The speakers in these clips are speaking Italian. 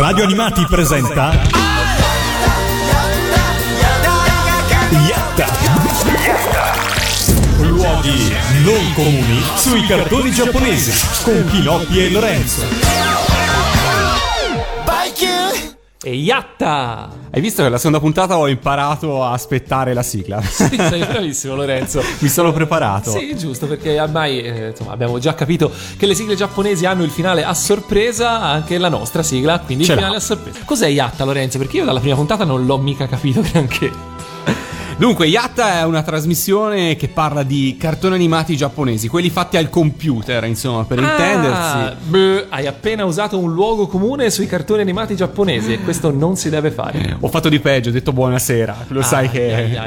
Radio Animati presenta Yatta. Luoghi non comuni sui cartoni giapponesi con Pinocchio e Lorenzo. E Yatta! Hai visto che la seconda puntata ho imparato a aspettare la sigla? Sì, sei bravissimo Lorenzo. Mi sono preparato. Sì, giusto, perché ormai insomma, abbiamo già capito che le sigle giapponesi hanno il finale a sorpresa, anche la nostra sigla, quindi il finale a sorpresa. Cos'è Yatta, Lorenzo? Perché io dalla prima puntata non l'ho mica capito granché. Dunque, Yatta è una trasmissione che parla di cartoni animati giapponesi, quelli fatti al computer, insomma, per intendersi. Hai appena usato un luogo comune sui cartoni animati giapponesi e questo non si deve fare. Ho fatto di peggio, ho detto buonasera. Lo sai che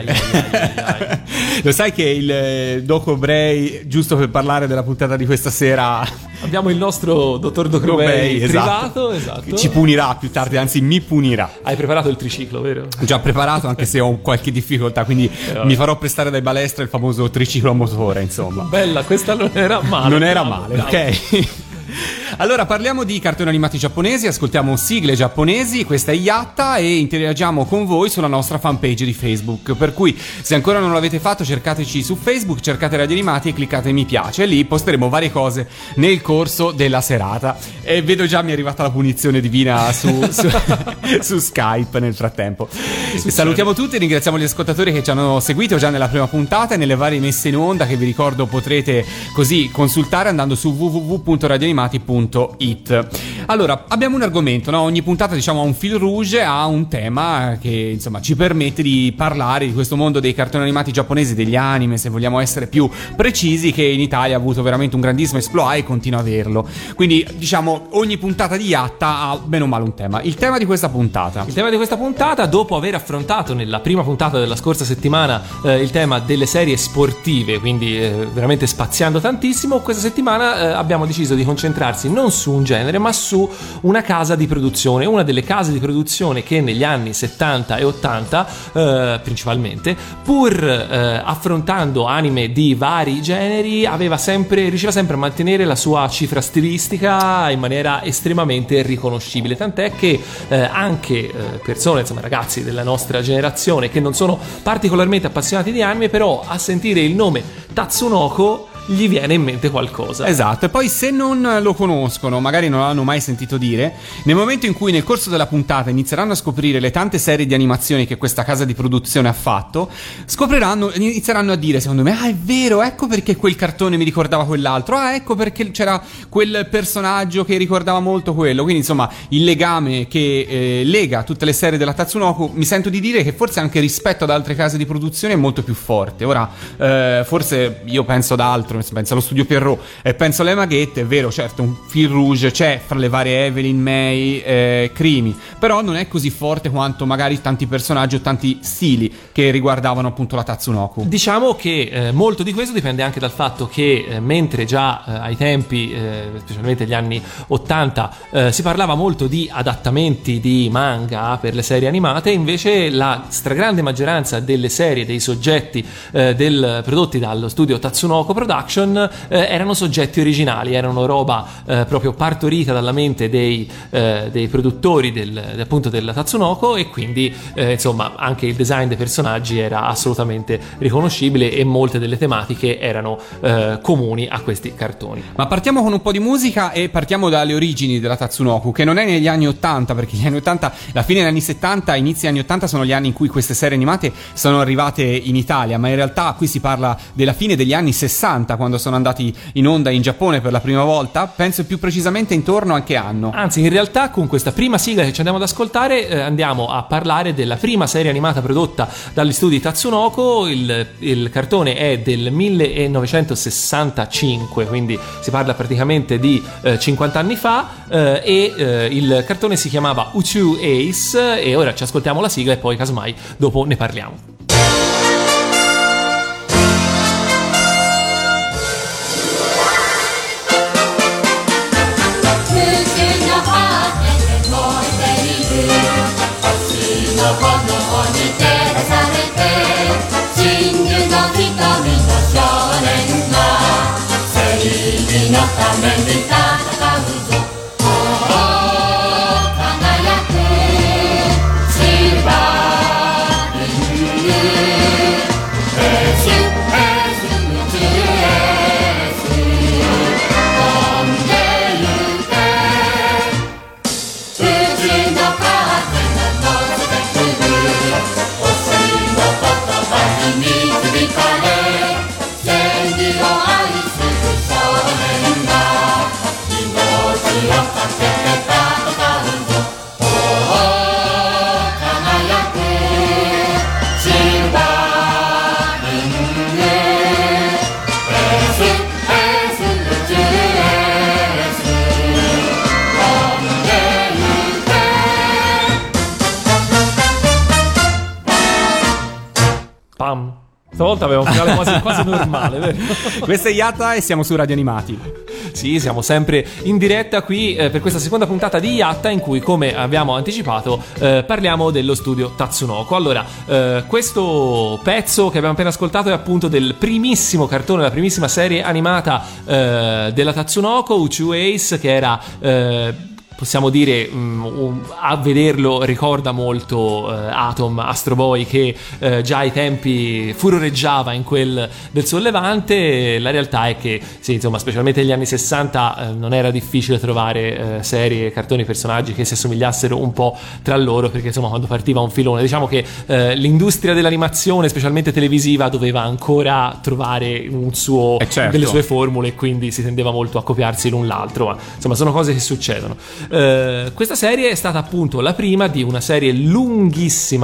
lo sai che il Doco Bray, giusto per parlare della puntata di questa sera, abbiamo il nostro dottor Doco Bray privato, esatto. Ci punirà più tardi, anzi mi punirà. Hai preparato il triciclo, vero? Ho già preparato, anche se ho qualche difficoltà, quindi mi farò prestare dai balestra il famoso triciclo a motore, insomma. Bella, questa non era male. Non era male, ok. Allora parliamo di cartoni animati giapponesi, ascoltiamo sigle giapponesi, questa è Yatta e interagiamo con voi sulla nostra fanpage di Facebook, per cui se ancora non l'avete fatto cercateci su Facebook, cercate Radio Animati e cliccate mi piace e lì posteremo varie cose nel corso della serata. E vedo già mi è arrivata la punizione divina su Skype nel frattempo. Salutiamo tutti, ringraziamo gli ascoltatori che ci hanno seguito già nella prima puntata e nelle varie messe in onda che vi ricordo potrete così consultare andando su www.radioanimati.it. Allora, abbiamo un argomento, no? Ogni puntata diciamo ha un fil rouge, ha un tema che insomma ci permette di parlare di questo mondo dei cartoni animati giapponesi, degli anime, se vogliamo essere più precisi, che in Italia ha avuto veramente un grandissimo exploit e continua a averlo. Quindi diciamo ogni puntata di Yatta ha bene o male un tema. Il tema di questa puntata, dopo aver affrontato nella prima puntata della scorsa settimana il tema delle serie sportive, quindi veramente spaziando tantissimo, questa settimana abbiamo deciso di concentrarsi non su un genere ma su una casa di produzione, una delle case di produzione che negli anni 70 e 80 principalmente, pur affrontando anime di vari generi, riusciva sempre a mantenere la sua cifra stilistica in maniera estremamente riconoscibile, tant'è che anche persone, insomma ragazzi della nostra generazione che non sono particolarmente appassionati di anime, però a sentire il nome Tatsunoko gli viene in mente qualcosa. Esatto, e poi se non lo conoscono, magari non l'hanno mai sentito dire, nel momento in cui nel corso della puntata inizieranno a scoprire le tante serie di animazioni che questa casa di produzione ha fatto, inizieranno a dire, secondo me, è vero, ecco perché quel cartone mi ricordava quell'altro, ecco perché c'era quel personaggio che ricordava molto quello. Quindi insomma il legame che lega tutte le serie della Tatsunoko, mi sento di dire che forse anche rispetto ad altre case di produzione è molto più forte. Ora forse io penso ad altro, penso allo studio Pierrot e penso alle maghette, è vero, certo un fil rouge c'è fra le varie Evelyn, May, Crimi, però non è così forte quanto magari tanti personaggi o tanti stili che riguardavano appunto la Tatsunoko. Diciamo che molto di questo dipende anche dal fatto che mentre già ai tempi, specialmente negli anni 80, si parlava molto di adattamenti di manga per le serie animate, invece la stragrande maggioranza delle serie, dei soggetti prodotti dallo studio Tatsunoko Production erano soggetti originali, erano roba proprio partorita dalla mente dei produttori appunto della Tatsunoko, e quindi insomma anche il design dei personaggi era assolutamente riconoscibile e molte delle tematiche erano comuni a questi cartoni. Ma partiamo con un po' di musica e partiamo dalle origini della Tatsunoko, che non è negli anni 80, perché gli anni 80, la fine degli anni 70, inizi anni 80 sono gli anni in cui queste serie animate sono arrivate in Italia, ma in realtà qui si parla della fine degli anni 60, quando sono andati in onda in Giappone per la prima volta, penso più precisamente intorno a che anno. Anzi, in realtà con questa prima sigla che ci andiamo ad ascoltare andiamo a parlare della prima serie animata prodotta dagli studi Tatsunoko. Il cartone è del 1965, quindi si parla praticamente di 50 anni fa, e il cartone si chiamava Uchu Ace, e ora ci ascoltiamo la sigla e poi casomai dopo ne parliamo. Thank you. Stavolta aveva un finale quasi normale, vero? Questa è Yatta e siamo su Radio Animati. Sì, siamo sempre in diretta qui per questa seconda puntata di Yatta, in cui, come abbiamo anticipato, parliamo dello studio Tatsunoko. Allora, questo pezzo che abbiamo appena ascoltato è appunto del primissimo cartone, la primissima serie animata della Tatsunoko, Uchu Ace, che era... possiamo dire, a vederlo ricorda molto Atom, Astro Boy, che già ai tempi furoreggiava in quel del Sollevante. La realtà è che, sì, insomma, specialmente negli anni 60 non era difficile trovare serie, cartoni, personaggi che si assomigliassero un po' tra loro, perché insomma quando partiva un filone, diciamo che l'industria dell'animazione, specialmente televisiva, doveva ancora trovare un suo, certo, delle sue formule, quindi si tendeva molto a copiarsi l'un l'altro, ma insomma sono cose che succedono. Questa serie è stata appunto la prima di una serie lunghissima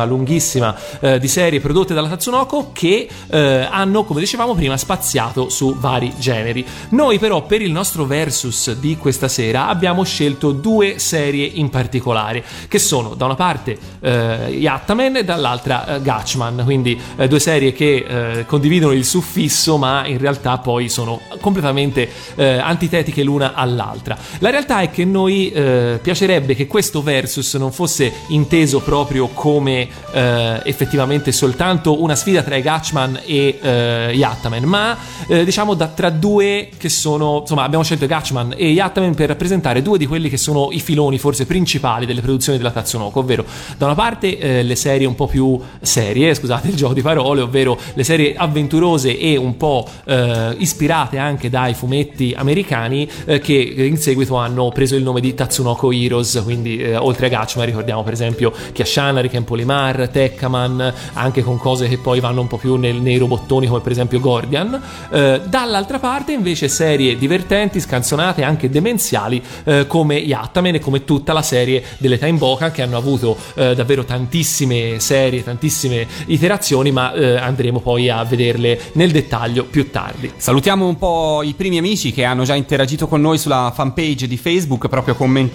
di serie prodotte dalla Tatsunoko che hanno, come dicevamo prima, spaziato su vari generi. Noi però per il nostro versus di questa sera abbiamo scelto due serie in particolare, che sono da una parte Yattaman e dall'altra Gatchaman, quindi due serie che condividono il suffisso ma in realtà poi sono completamente antitetiche l'una all'altra. La realtà è che noi piacerebbe che questo versus non fosse inteso proprio come effettivamente soltanto una sfida tra i Gatchaman e Yattaman, ma diciamo tra due che sono, insomma, abbiamo scelto Gatchaman e Yattaman per rappresentare due di quelli che sono i filoni forse principali delle produzioni della Tatsunoko, ovvero da una parte le serie un po' più serie, scusate il gioco di parole, ovvero le serie avventurose e un po' ispirate anche dai fumetti americani che in seguito hanno preso il nome di Tatsunoko Heroes, quindi oltre a Gatchaman ricordiamo per esempio Kiashana, Riken Polimar, Tekkaman, anche con cose che poi vanno un po' più nei robottoni come per esempio Gordian. Dall'altra parte invece serie divertenti, scanzonate, anche demenziali come Yattaman e come tutta la serie delle Time Bokan, che hanno avuto davvero tantissime serie, tantissime iterazioni, ma andremo poi a vederle nel dettaglio più tardi. Salutiamo un po' i primi amici che hanno già interagito con noi sulla fanpage di Facebook proprio commentando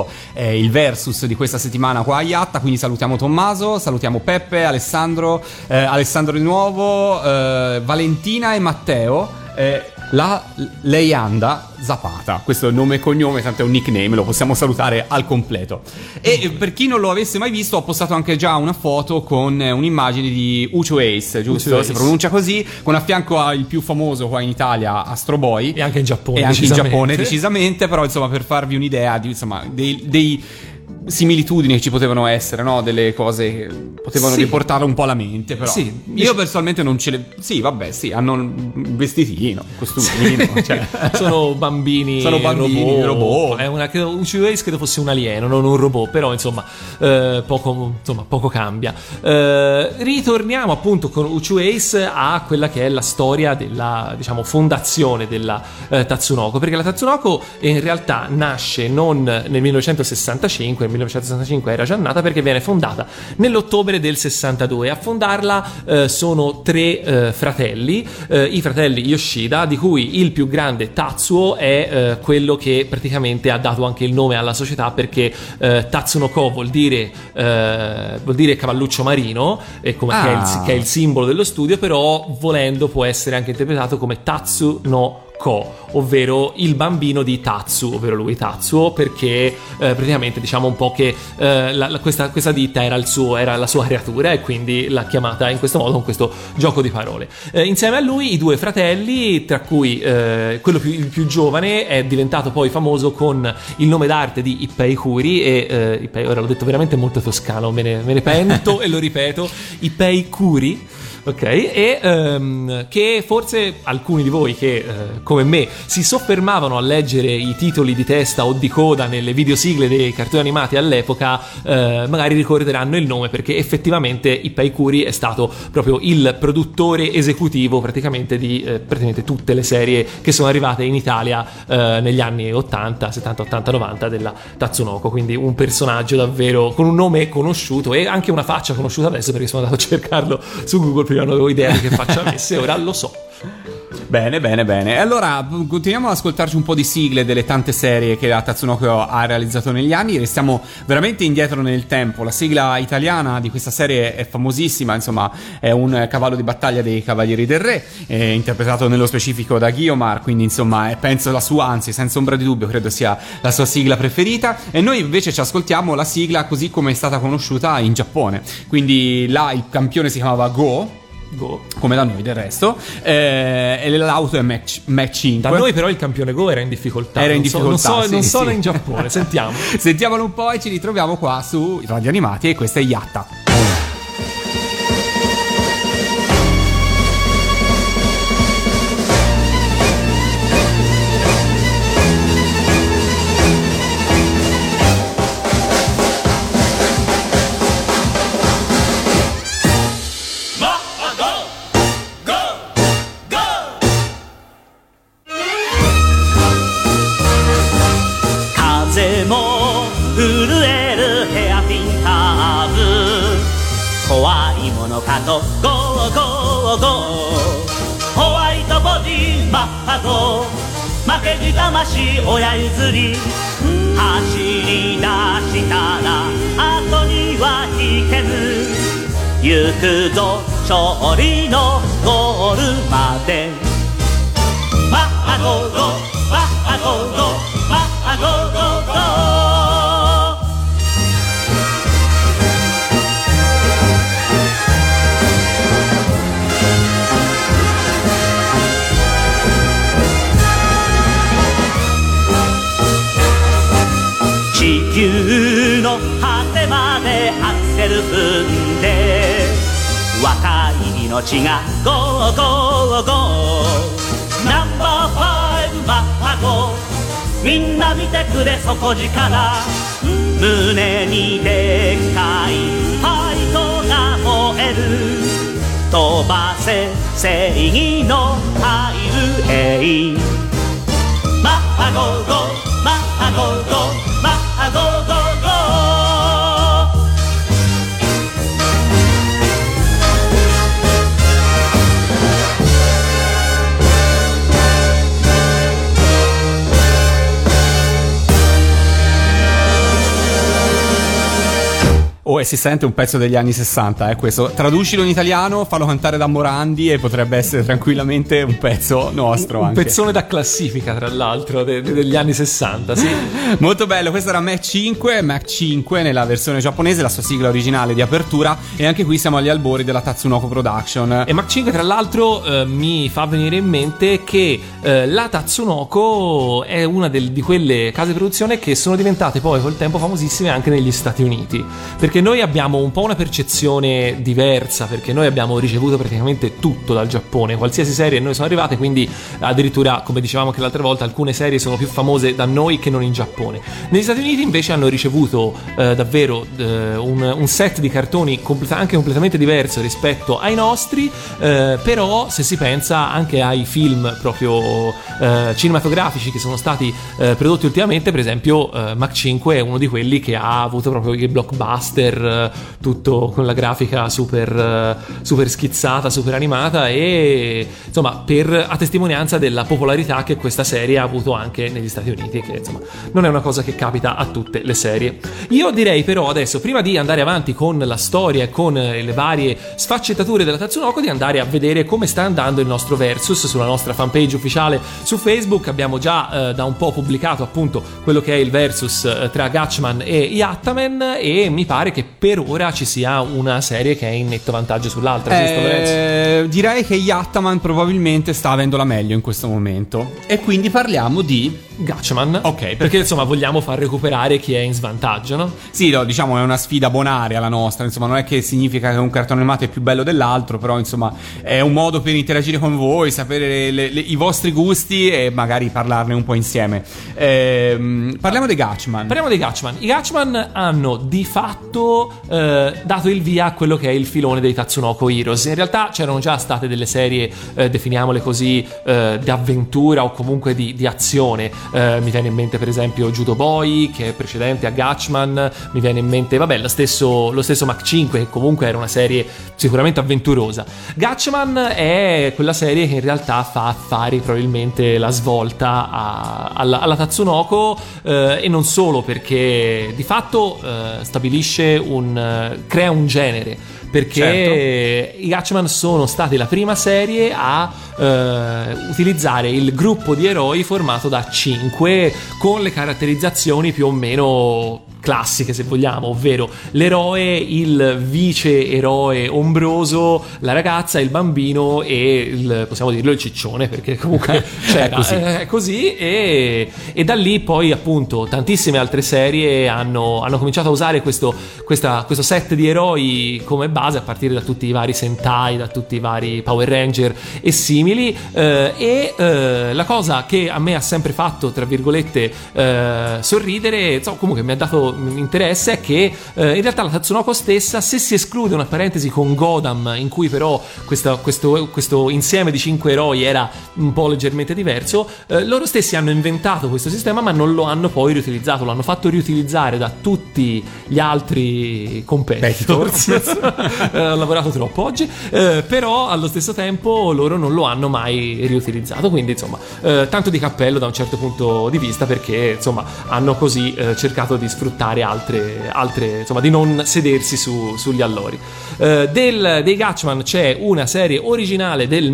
il versus di questa settimana qua a Yatta, quindi salutiamo Tommaso, salutiamo Peppe, Alessandro di nuovo, Valentina e Matteo, la Leianda Zapata, questo è il nome e cognome, tanto è un nickname, lo possiamo salutare al completo. E per chi non lo avesse mai visto, ho postato anche già una foto con un'immagine di Uchu Ace, giusto? Uchu Ace. Si pronuncia così, con a fianco il più famoso qua in Italia, Astro Boy, e anche in Giappone, e anche in Giappone decisamente, però insomma per farvi un'idea di, insomma, dei similitudini che ci potevano essere, no? Delle cose che potevano riportare un po' alla mente, però sì, io personalmente non ce le... Sì, vabbè, sì, hanno un vestitino, un costumino, cioè... sono bambini robot. È Uchu Ace credo fosse un alieno, non un robot, però insomma poco cambia. Ritorniamo appunto con Uchu Ace a quella che è la storia della, diciamo, fondazione della Tatsunoko, perché la Tatsunoko in realtà nasce non nel 1965, nel 1965 era già nata, perché viene fondata nell'ottobre del 62. A fondarla sono tre fratelli, i fratelli Yoshida, di cui il più grande, Tatsuo, è quello che praticamente ha dato anche il nome alla società, perché Tatsunoko vuol dire cavalluccio marino, che è il simbolo dello studio, però volendo può essere anche interpretato come Tatsu no Ko, ovvero il bambino di Tatsu, ovvero lui Tatsuo, perché praticamente diciamo un po' che questa ditta era la sua creatura, e quindi l'ha chiamata in questo modo, con questo gioco di parole. Insieme a lui i due fratelli, tra cui quello il più giovane è diventato poi famoso con il nome d'arte di Ippei Kuri, e ora l'ho detto veramente molto toscano, me ne pento e lo ripeto, Ippei Kuri. Ok, e che forse alcuni di voi che come me si soffermavano a leggere i titoli di testa o di coda nelle videosigle dei cartoni animati all'epoca magari ricorderanno il nome, perché effettivamente Ippei Kuri è stato proprio il produttore esecutivo praticamente di praticamente tutte le serie che sono arrivate in Italia negli anni 80, 70, 80, 90 della Tatsunoko, quindi un personaggio davvero con un nome conosciuto e anche una faccia conosciuta adesso, perché sono andato a cercarlo su Google, prima non avevo idea di che faccia avesse, ora lo so. Bene, bene, bene. Allora, continuiamo ad ascoltarci un po' di sigle delle tante serie che la Tatsunoko ha realizzato negli anni. Restiamo veramente indietro nel tempo. La sigla italiana di questa serie è famosissima, insomma, è un cavallo di battaglia dei Cavalieri del Re, interpretato nello specifico da Guiomar, quindi insomma, penso la sua, anzi, senza ombra di dubbio, credo sia la sua sigla preferita. E noi invece ci ascoltiamo la sigla così come è stata conosciuta in Giappone. Quindi là il campione si chiamava Go, come da noi del resto, e l'auto è Mach 5. Da noi però il campione Go era in difficoltà. Non so in Giappone. Sentiamo. Sentiamolo un po' e ci ritroviamo qua su Radio Animati, e questa è Yatta. かとゴーゴーゴーホワイトボディマッハゴー負けじ魂親譲り走り出したら後には引けず行くぞ勝利のゴールまでマッハゴーゴーマッハゴーゴーマッハゴーゴーゴー地球の果てまでアクセル踏んで若い命がゴーゴーゴーナンバー5マッハゴーみんな見てくれ底力胸にでっかいファイトが燃える飛ばせ正義のハイウェイマッハゴーゴーマッハゴーゴーマッハゴーゴーゴー Oh, e si sente un pezzo degli anni 60, questo. Traducilo in italiano, fallo cantare da Morandi e potrebbe essere tranquillamente un pezzo nostro. Un anche. Pezzone da classifica, tra l'altro, degli anni 60, sì. Molto bello, questo era Mach 5 nella versione giapponese, la sua sigla originale di apertura, e anche qui siamo agli albori della Tatsunoko Production. E Mach 5, tra l'altro, mi fa venire in mente che la Tatsunoko è una di quelle case di produzione che sono diventate poi col tempo famosissime anche negli Stati Uniti, perché noi abbiamo un po' una percezione diversa, perché noi abbiamo ricevuto praticamente tutto dal Giappone, qualsiasi serie a noi sono arrivate, quindi addirittura, come dicevamo anche l'altra volta, alcune serie sono più famose da noi che non in Giappone. Negli Stati Uniti invece hanno ricevuto davvero un set di cartoni anche completamente diverso rispetto ai nostri, però se si pensa anche ai film proprio cinematografici che sono stati prodotti ultimamente, per esempio Mach 5 è uno di quelli che ha avuto proprio il blockbuster, tutto con la grafica super schizzata, super animata, e insomma a testimonianza della popolarità che questa serie ha avuto anche negli Stati Uniti, che insomma non è una cosa che capita a tutte le serie. Io direi però adesso, prima di andare avanti con la storia e con le varie sfaccettature della Tatsunoko, di andare a vedere come sta andando il nostro versus sulla nostra fanpage ufficiale su Facebook. Abbiamo già da un po' pubblicato appunto quello che è il versus tra Gatchaman e Yattaman, e mi pare che per ora ci sia una serie che è in netto vantaggio sull'altra, giusto Lorenzo? Direi che Yattaman probabilmente sta avendo la meglio in questo momento, e quindi parliamo di Gatchaman. Ok, perché insomma vogliamo far recuperare chi è in svantaggio, no? Sì, no, diciamo è una sfida bonaria la nostra, insomma non è che significa che un cartone animato è più bello dell'altro, però insomma è un modo per interagire con voi, sapere i vostri gusti e magari parlarne un po' insieme. Parliamo dei Gatchaman. I Gatchaman hanno di fatto dato il via a quello che è il filone dei Tatsunoko Heroes. In realtà c'erano già state delle serie, definiamole così, di avventura o comunque di azione mi viene in mente per esempio Judo Boy, che è precedente a Gatchaman, mi viene in mente lo stesso Mach 5, che comunque era una serie sicuramente avventurosa. Gatchaman è quella serie che in realtà fa affari, probabilmente la svolta alla Tatsunoko, e non solo, perché di fatto crea un genere, perché i Gatchaman sono stati la prima serie a utilizzare il gruppo di eroi formato da 5, con le caratterizzazioni più o meno classiche, se vogliamo, ovvero l'eroe, il vice eroe ombroso, la ragazza, il bambino e possiamo dirlo, il ciccione, perché comunque è così, e da lì poi appunto tantissime altre serie hanno cominciato a usare questo set di eroi come base, a partire da tutti i vari Sentai, da tutti i vari Power Ranger e simili, la cosa che a me ha sempre fatto, tra virgolette, sorridere, insomma, comunque mi ha dato interesse, è che in realtà la Tatsunoko stessa, se si esclude una parentesi con Godam, in cui però questo insieme di 5 eroi era un po' leggermente diverso, loro stessi hanno inventato questo sistema ma non lo hanno poi riutilizzato, lo hanno fatto riutilizzare da tutti gli altri competitors. Ho lavorato troppo oggi, però allo stesso tempo loro non lo hanno mai riutilizzato, quindi insomma tanto di cappello da un certo punto di vista, perché insomma hanno così cercato di sfruttare altre, insomma, di non sedersi sugli allori. Dei Gatchaman c'è una serie originale del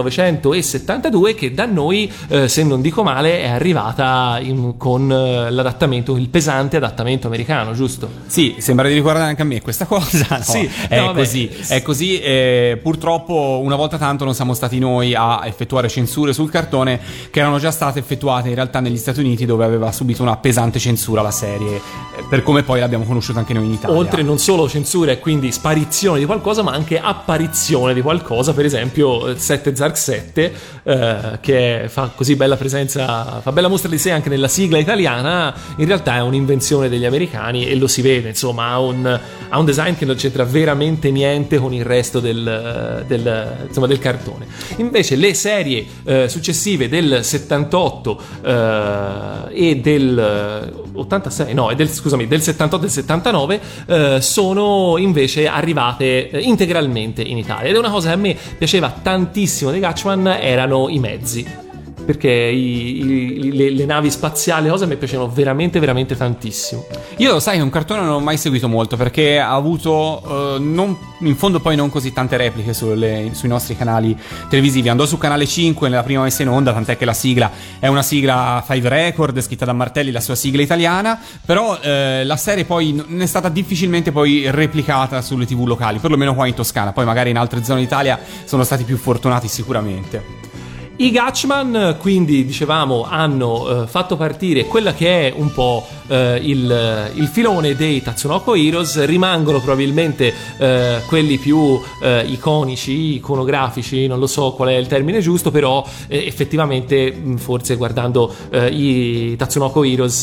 1972 che da noi, se non dico male, è arrivata con l'adattamento, il pesante adattamento americano, giusto? Sì, sembra di ricordare anche a me questa cosa. No, sì, è così. Purtroppo una volta tanto non siamo stati noi a effettuare censure sul cartone, che erano già state effettuate in realtà negli Stati Uniti, dove aveva subito una pesante censura la serie, per come poi l'abbiamo conosciuta anche noi in Italia. Oltre non solo censura e quindi sparizione di qualcosa, ma anche apparizione di qualcosa, per esempio 7 Zark 7, che fa così bella presenza, fa bella mostra di sé anche nella sigla italiana, in realtà è un'invenzione degli americani e lo si vede, insomma, ha un design che non c'entra veramente niente con il resto del cartone. Invece le serie successive del 78 e del 86, no, del 78 e del 79 sono invece arrivate integralmente in Italia, ed è una cosa che a me piaceva tantissimo dei Gatchaman, erano i mezzi, perché le navi spaziali, cosa mi piacevano veramente veramente tantissimo. Io lo sai che un cartone non ho mai seguito molto, perché ha avuto in fondo poi non così tante repliche sui nostri canali televisivi. Andò su Canale 5 nella prima messa in onda, tant'è che la sigla è una sigla Five Record scritta da Martelli, la sua sigla italiana, però la serie poi non è stata difficilmente poi replicata sulle TV locali, perlomeno qua in Toscana. Poi magari in altre zone d'Italia sono stati più fortunati sicuramente. I Gatchaman, quindi, dicevamo, hanno fatto partire quella che è un po' il filone dei Tatsunoko Heroes. Rimangono probabilmente quelli più iconici, iconografici, non lo so qual è il termine giusto, però effettivamente forse guardando i Tatsunoko Heroes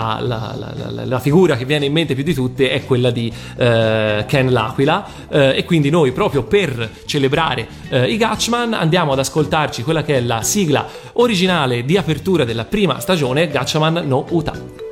la figura che viene in mente più di tutte è quella di Ken l'Aquila, e quindi noi, proprio per celebrare i Gatchaman, andiamo ad ascoltarci quella che è la sigla originale di apertura della prima stagione, Gatchaman no Uta.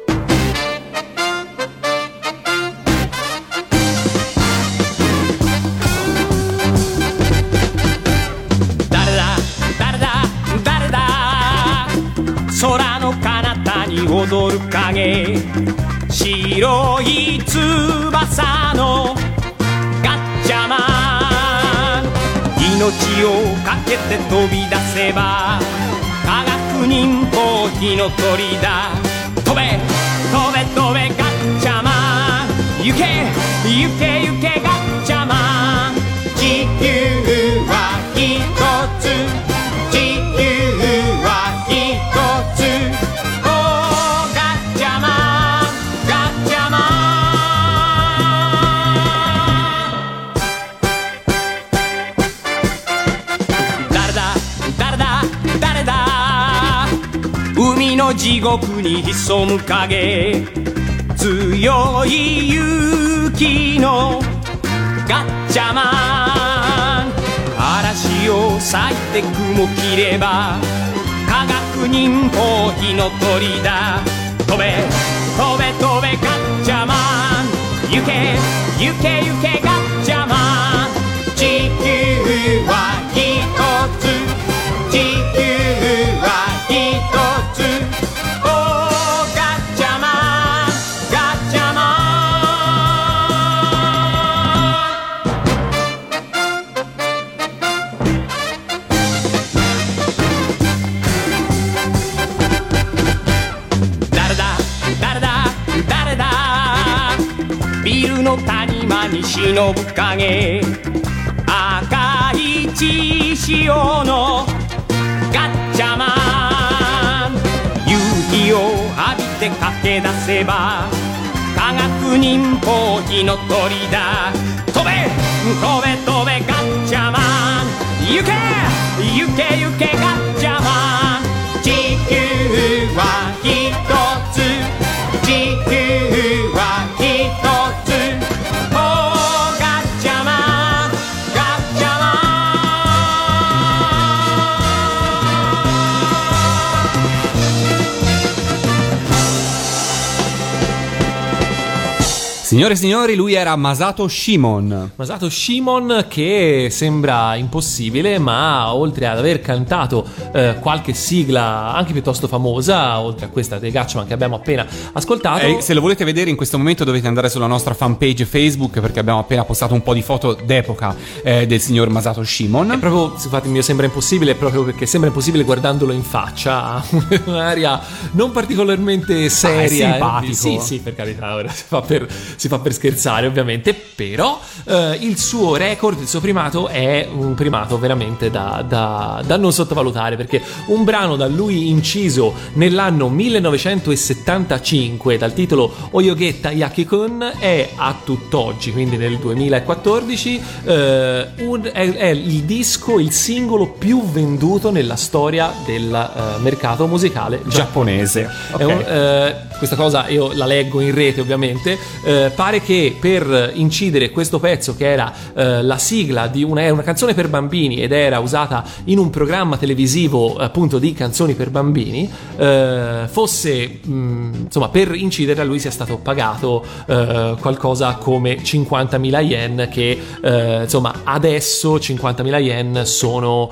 Sora no kanata ni odoru kage, shiroi tsubasa no Gatchaman. 命をかけて飛び出せば科学忍法火の鳥だ。飛べ飛べ飛べガッチャマン、行け行け行けガッチャマン。地球は一つ、地球は一つ、おーガッチャマンガッチャマン。海の地獄に潜む影、強い勇気のガッチャマン。嵐を裂いて雲切れば科学忍法火の鳥だ飛べ飛べ飛べガッチャマン行け行け行けガッチャマン地球は一つ地球は一つおーガッチャマンガッチャマン誰だ誰だ誰だビルの谷間に忍ぶ影赤い血潮のガッチャマン勇気を浴びて駆け出せば科学忍法火の鳥だ飛べ飛べ飛べガッチャマン行け行け行けガッチャマン地球は一つ地球は一つおーガッチャマンガッチャマ Signore e signori, lui era Masato Shimon. Masato Shimon, che sembra impossibile, ma oltre ad aver cantato qualche sigla anche piuttosto famosa, oltre a questa dei Gatchaman che abbiamo appena ascoltato. Se lo volete vedere in questo momento dovete andare sulla nostra fanpage Facebook, perché abbiamo appena postato un po' di foto d'epoca del signor Masato Shimon. È proprio, infatti, mi sembra impossibile proprio perché sembra impossibile guardandolo in faccia. Ha un'aria non particolarmente seria. È simpatico. Sì, per carità, ora si fa per scherzare, ovviamente, però il suo record, il suo primato è un primato veramente da non sottovalutare, perché un brano da lui inciso nell'anno 1975 dal titolo Oyogetta Yaki-kun è a tutt'oggi, quindi nel 2014, è il disco, il singolo più venduto nella storia del mercato musicale giapponese. Okay. Questa cosa io la leggo in rete, ovviamente. Pare che per incidere questo pezzo, che era la sigla di una canzone per bambini ed era usata in un programma televisivo appunto di canzoni per bambini, fosse insomma, per incidere a lui sia stato pagato qualcosa come 50.000 yen, che insomma adesso 50.000 yen sono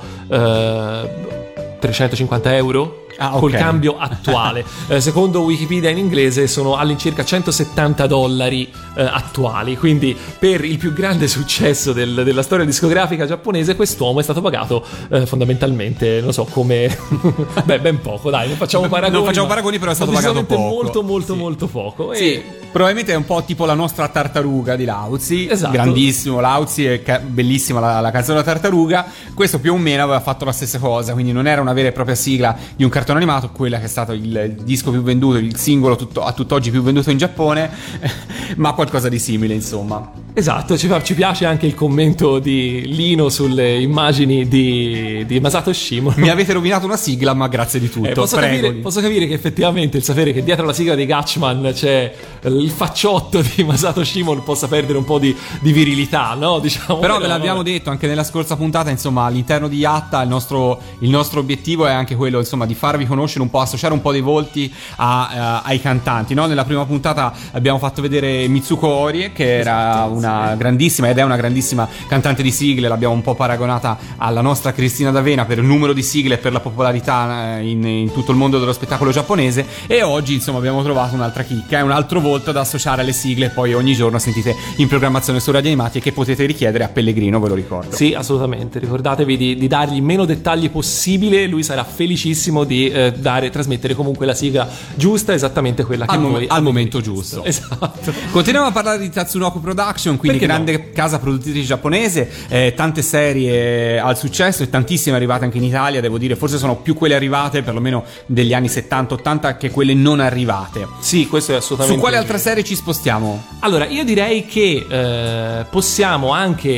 350 euro. Okay. Col cambio attuale. Secondo Wikipedia in inglese sono all'incirca $170 attuali, quindi per il più grande successo della storia discografica giapponese quest'uomo è stato pagato fondamentalmente, non so come ben poco, dai, non facciamo paragoni, però è stato pagato poco, molto poco. Sì, probabilmente è un po' tipo la nostra Tartaruga di Lauzi. Esatto. Grandissimo Lauzi, è bellissima la canzone della Tartaruga. Questo più o meno aveva fatto la stessa cosa, quindi non era una vera e propria sigla di un cartone animato, quella che è stato il disco più venduto, il singolo a tutt'oggi più venduto in Giappone, ma qualcosa di simile, insomma. Esatto, ci piace anche il commento di Lino sulle immagini di Masato Shimon. Mi avete rovinato una sigla, ma grazie di tutto. Posso capire che effettivamente il sapere che dietro la sigla dei Gatchaman c'è il facciotto di Masato Shimon possa perdere un po' di virilità, no? Diciamo. Però ve l'abbiamo detto anche nella scorsa puntata, insomma, all'interno di Yatta il nostro obiettivo è anche quello, insomma, di farvi conoscere un po', associare un po' dei volti ai cantanti, no? Nella prima puntata abbiamo fatto vedere Mitsuko Orie, che era una grandissima ed è una grandissima cantante di sigle, l'abbiamo un po' paragonata alla nostra Cristina D'Avena per il numero di sigle e per la popolarità in tutto il mondo dello spettacolo giapponese, e oggi insomma abbiamo trovato un'altra chicca, è un altro volto da associare alle sigle, poi ogni giorno sentite in programmazione su Radio Animati e che potete richiedere a Pellegrino, ve lo ricordo. Sì, assolutamente, ricordatevi di dargli meno dettagli possibile, lui sarà felicissimo di trasmettere comunque la sigla giusta, esattamente quella che voi al momento giusto. Esatto. Continuiamo a parlare di Tatsunoko Production, quindi grande casa produttrice giapponese, tante serie al successo e tantissime arrivate anche in Italia, devo dire, forse sono più quelle arrivate perlomeno degli anni 70-80 che quelle non arrivate. Sì, questo è assolutamente. Su quale altra serie ci spostiamo? Allora, io direi che possiamo anche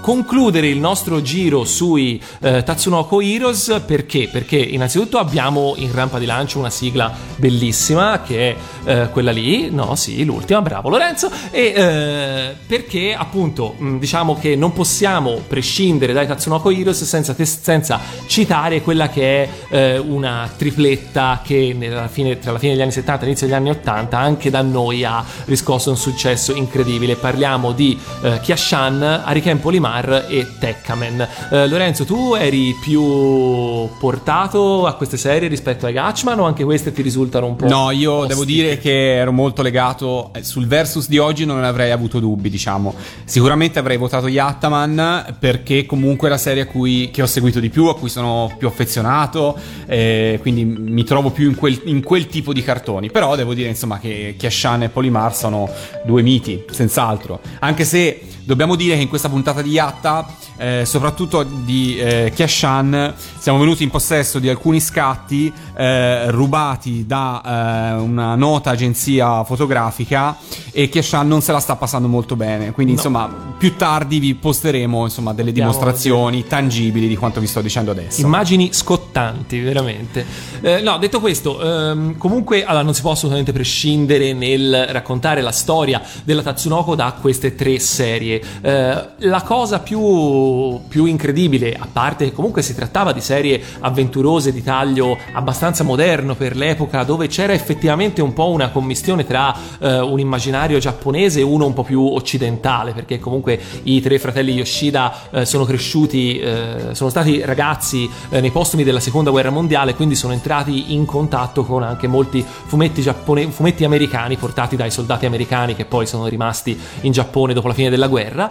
concludere il nostro giro sui Tatsunoko Heroes. Perché? Perché innanzitutto abbiamo in rampa di lancio una sigla bellissima che è quella lì, no sì, l'ultima, bravo Lorenzo, e perché appunto diciamo che non possiamo prescindere dai Tatsunoko Heroes senza citare quella che è una tripletta che tra la fine degli anni 70 e l'inizio degli anni 80 anche da noi ha riscosso un successo incredibile. Parliamo di Kya-shan, Hariken Polimar e Tekkamen. Lorenzo, tu eri più portato a queste serie rispetto ai Gatchaman o anche queste ti risultano un po'? No, io ostiche? devo dire che ero molto legato sul versus di oggi, non avrei avuto dubbi, diciamo. Sicuramente avrei votato Yattaman perché comunque è la serie che ho seguito di più, a cui sono più affezionato, quindi mi trovo più in quel tipo di cartoni. Però devo dire insomma che Kya-shan e Polimar sono due miti, senz'altro, anche se dobbiamo dire che in questa puntata di Yatta, soprattutto di Kya-shan, siamo venuti in possesso di alcuni scatti rubati da una nota agenzia fotografica, e Kya-shan non se la sta passando molto bene, quindi no. Insomma più tardi vi posteremo insomma delle dimostrazioni tangibili di quanto vi sto dicendo adesso. Immagini scottanti veramente. No, detto questo, comunque allora non si può assolutamente prescindere nel raccontare la storia della Tatsunoko da queste tre serie. La cosa più incredibile, a parte che comunque si trattava di serie avventurose di taglio abbastanza moderno per l'epoca, dove c'era effettivamente un po' una commistione tra un immaginario giapponese e uno un po' più occidentale, perché comunque i tre fratelli Yoshida sono cresciuti, sono stati ragazzi nei postumi della seconda guerra mondiale, quindi sono entrati in contatto con anche molti fumetti americani portati dai soldati americani che poi sono rimasti in Giappone dopo la fine della guerra,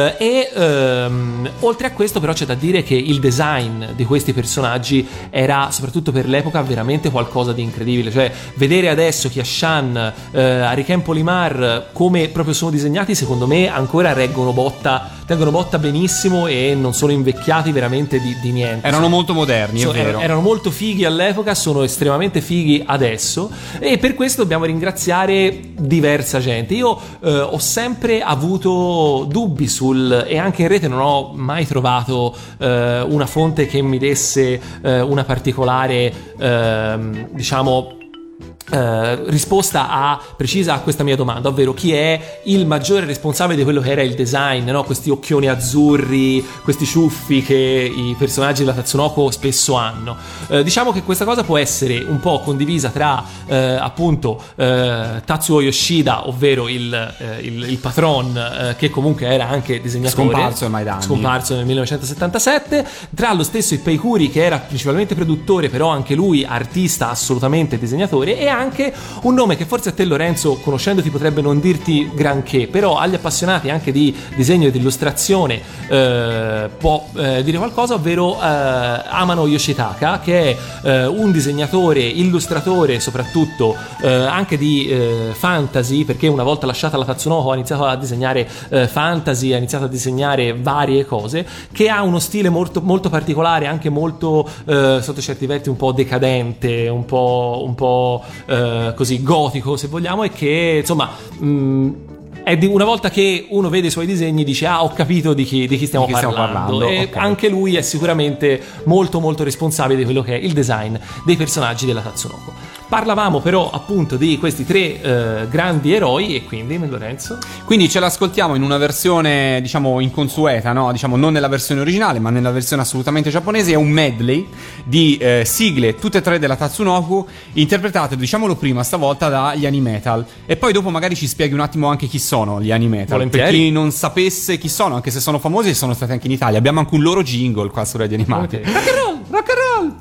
oltre a questo però c'è da dire che il design di questi personaggi era soprattutto per l'epoca veramente qualcosa di incredibile. Cioè vedere adesso Kya-shan, Hariken Polimar come proprio sono disegnati, secondo me ancora tengono botta benissimo e non sono invecchiati veramente di niente. Erano molto moderni, è vero. Erano molto fighi all'epoca, sono estremamente fighi adesso, e per questo dobbiamo ringraziare diversa gente. Io ho sempre avuto dubbi e anche in rete non ho mai trovato una fonte che mi desse una particolare diciamo risposta precisa a questa mia domanda, ovvero chi è il maggiore responsabile di quello che era il design, no? Questi occhioni azzurri, questi ciuffi che i personaggi della Tatsunoko spesso hanno. Diciamo che questa cosa può essere un po' condivisa tra appunto Tatsuo Yoshida, ovvero il patron, che comunque era anche disegnatore, scomparso nel 1977, tra lo stesso Ippei Kuri, che era principalmente produttore però anche lui artista assolutamente disegnatore, e anche un nome che forse a te Lorenzo, conoscendoti, potrebbe non dirti granché, però agli appassionati anche di disegno e di illustrazione può dire qualcosa, ovvero Amano Yoshitaka, che è un disegnatore, illustratore soprattutto anche di fantasy, perché una volta lasciata la Tatsunoko ha iniziato a disegnare fantasy, ha iniziato a disegnare varie cose, che ha uno stile molto, molto particolare, anche molto sotto certi versi un po' decadente, un po' così gotico se vogliamo, e che insomma una volta che uno vede i suoi disegni dice ho capito di chi stiamo parlando. E okay. Anche lui è sicuramente molto molto responsabile di quello che è il design dei personaggi della Tatsunoko. Parlavamo però appunto di questi tre grandi eroi, e quindi Lorenzo? Quindi ce l'ascoltiamo in una versione diciamo inconsueta, no? Diciamo non nella versione originale ma nella versione assolutamente giapponese. È un medley di sigle tutte e tre della Tatsunoko, interpretate, diciamolo prima stavolta, dagli Animetal, e poi dopo magari ci spieghi un attimo anche chi sono gli Animetal. Volentieri. Per chi non sapesse chi sono, anche se sono famosi e sono stati anche in Italia, abbiamo anche un loro jingle qua su Radio Animati. Rock and roll, rock and roll.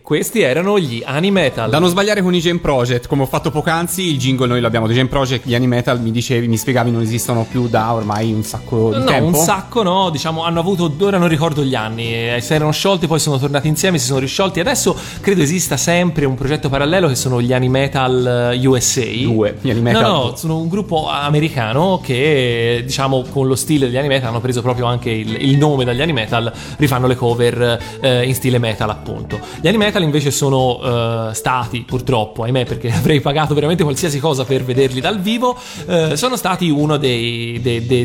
Questi erano gli Animetal. Da non sbagliare con i Jam Project, come ho fatto poc'anzi, il jingle noi l'abbiamo dei Jam Project, gli Animetal mi spiegavi non esistono più da ormai un sacco di tempo. No, un sacco no, diciamo hanno avuto, ora non ricordo gli anni, si erano sciolti, poi sono tornati insieme, si sono risciolti. Adesso credo esista sempre un progetto parallelo che sono gli Animetal USA. Gli Animetal. No, sono un gruppo americano che, diciamo, con lo stile degli Animetal hanno preso proprio anche il nome dagli Animetal, rifanno le cover in stile metal, appunto. Gli Animetal invece sono stati, purtroppo, ahimè, perché avrei pagato veramente qualsiasi cosa per vederli dal vivo, sono stati uno dei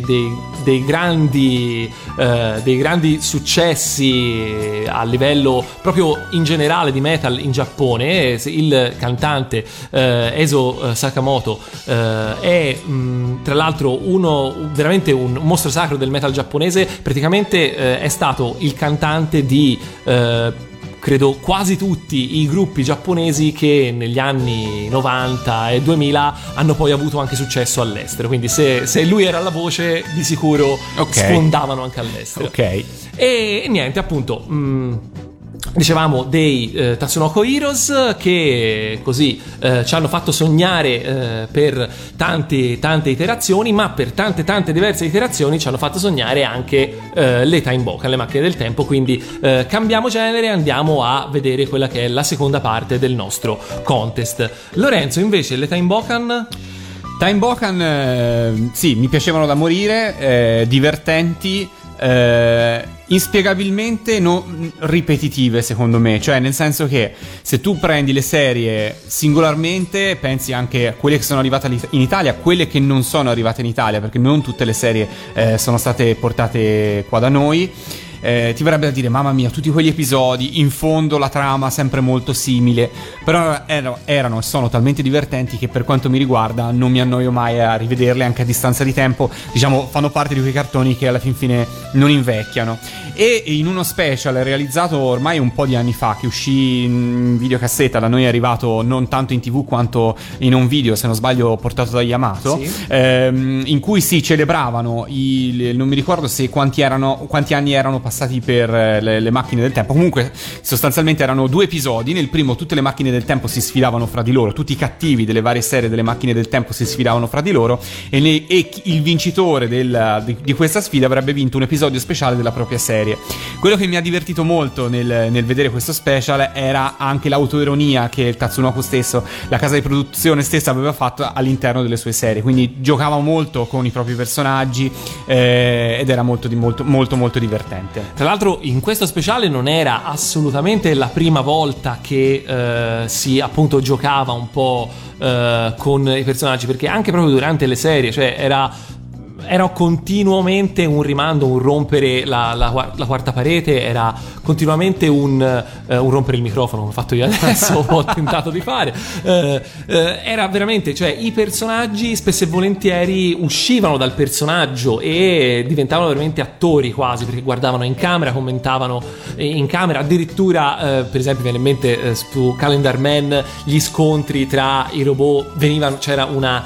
grandi successi a livello proprio in generale di metal in Giappone. Il cantante Eizo Sakamoto è tra l'altro veramente un mostro sacro del metal giapponese. Praticamente è stato il cantante di credo quasi tutti i gruppi giapponesi che negli anni 90 e 2000 hanno poi avuto anche successo all'estero, quindi se lui era la voce di sicuro sfondavano anche all'estero. E niente, appunto, dicevamo dei Tatsunoko Heroes che così ci hanno fatto sognare per tante iterazioni, ma per tante diverse iterazioni ci hanno fatto sognare anche le Time Bokan, le macchine del tempo. Quindi cambiamo genere e andiamo a vedere quella che è la seconda parte del nostro contest. Lorenzo, invece, le Time Bokan? Time Bokan, sì, mi piacevano da morire, divertenti, inspiegabilmente non ripetitive, secondo me. Cioè, nel senso che se tu prendi le serie singolarmente, pensi anche a quelle che sono arrivate in Italia, a quelle che non sono arrivate in Italia, perché non tutte le serie sono state portate qua da noi. Ti verrebbe da dire, mamma mia, tutti quegli episodi, in fondo la trama sempre molto simile, però erano e sono talmente divertenti che per quanto mi riguarda non mi annoio mai a rivederle, anche a distanza di tempo. Diciamo, fanno parte di quei cartoni che alla fin fine non invecchiano. E in uno special realizzato ormai un po' di anni fa, che uscì in videocassetta, da noi è arrivato non tanto in TV quanto in un video, se non sbaglio portato da Yamato, sì. In cui si celebravano non mi ricordo se quanti anni erano passati per le macchine del tempo. Comunque sostanzialmente erano 2 episodi. Nel primo tutte le macchine del tempo si sfidavano fra di loro, tutti i cattivi delle varie serie delle macchine del tempo si sfidavano fra di loro, e il vincitore di questa sfida avrebbe vinto un episodio speciale della propria serie. Quello che mi ha divertito molto nel vedere questo special era anche l'autoironia che il Tatsunoko stesso, la casa di produzione stessa, aveva fatto all'interno delle sue serie. Quindi giocava molto con i propri personaggi ed era molto divertente. Tra l'altro in questo speciale non era assolutamente la prima volta che si appunto giocava un po' con i personaggi, perché anche proprio durante le serie, cioè era continuamente un rimando, un rompere la quarta parete, era continuamente un rompere il microfono, come ho fatto io adesso, ho tentato di fare, era veramente, cioè i personaggi spesso e volentieri uscivano dal personaggio e diventavano veramente attori quasi, perché guardavano in camera, commentavano in camera, addirittura per esempio viene in mente su Calendar Man gli scontri tra i robot c'era una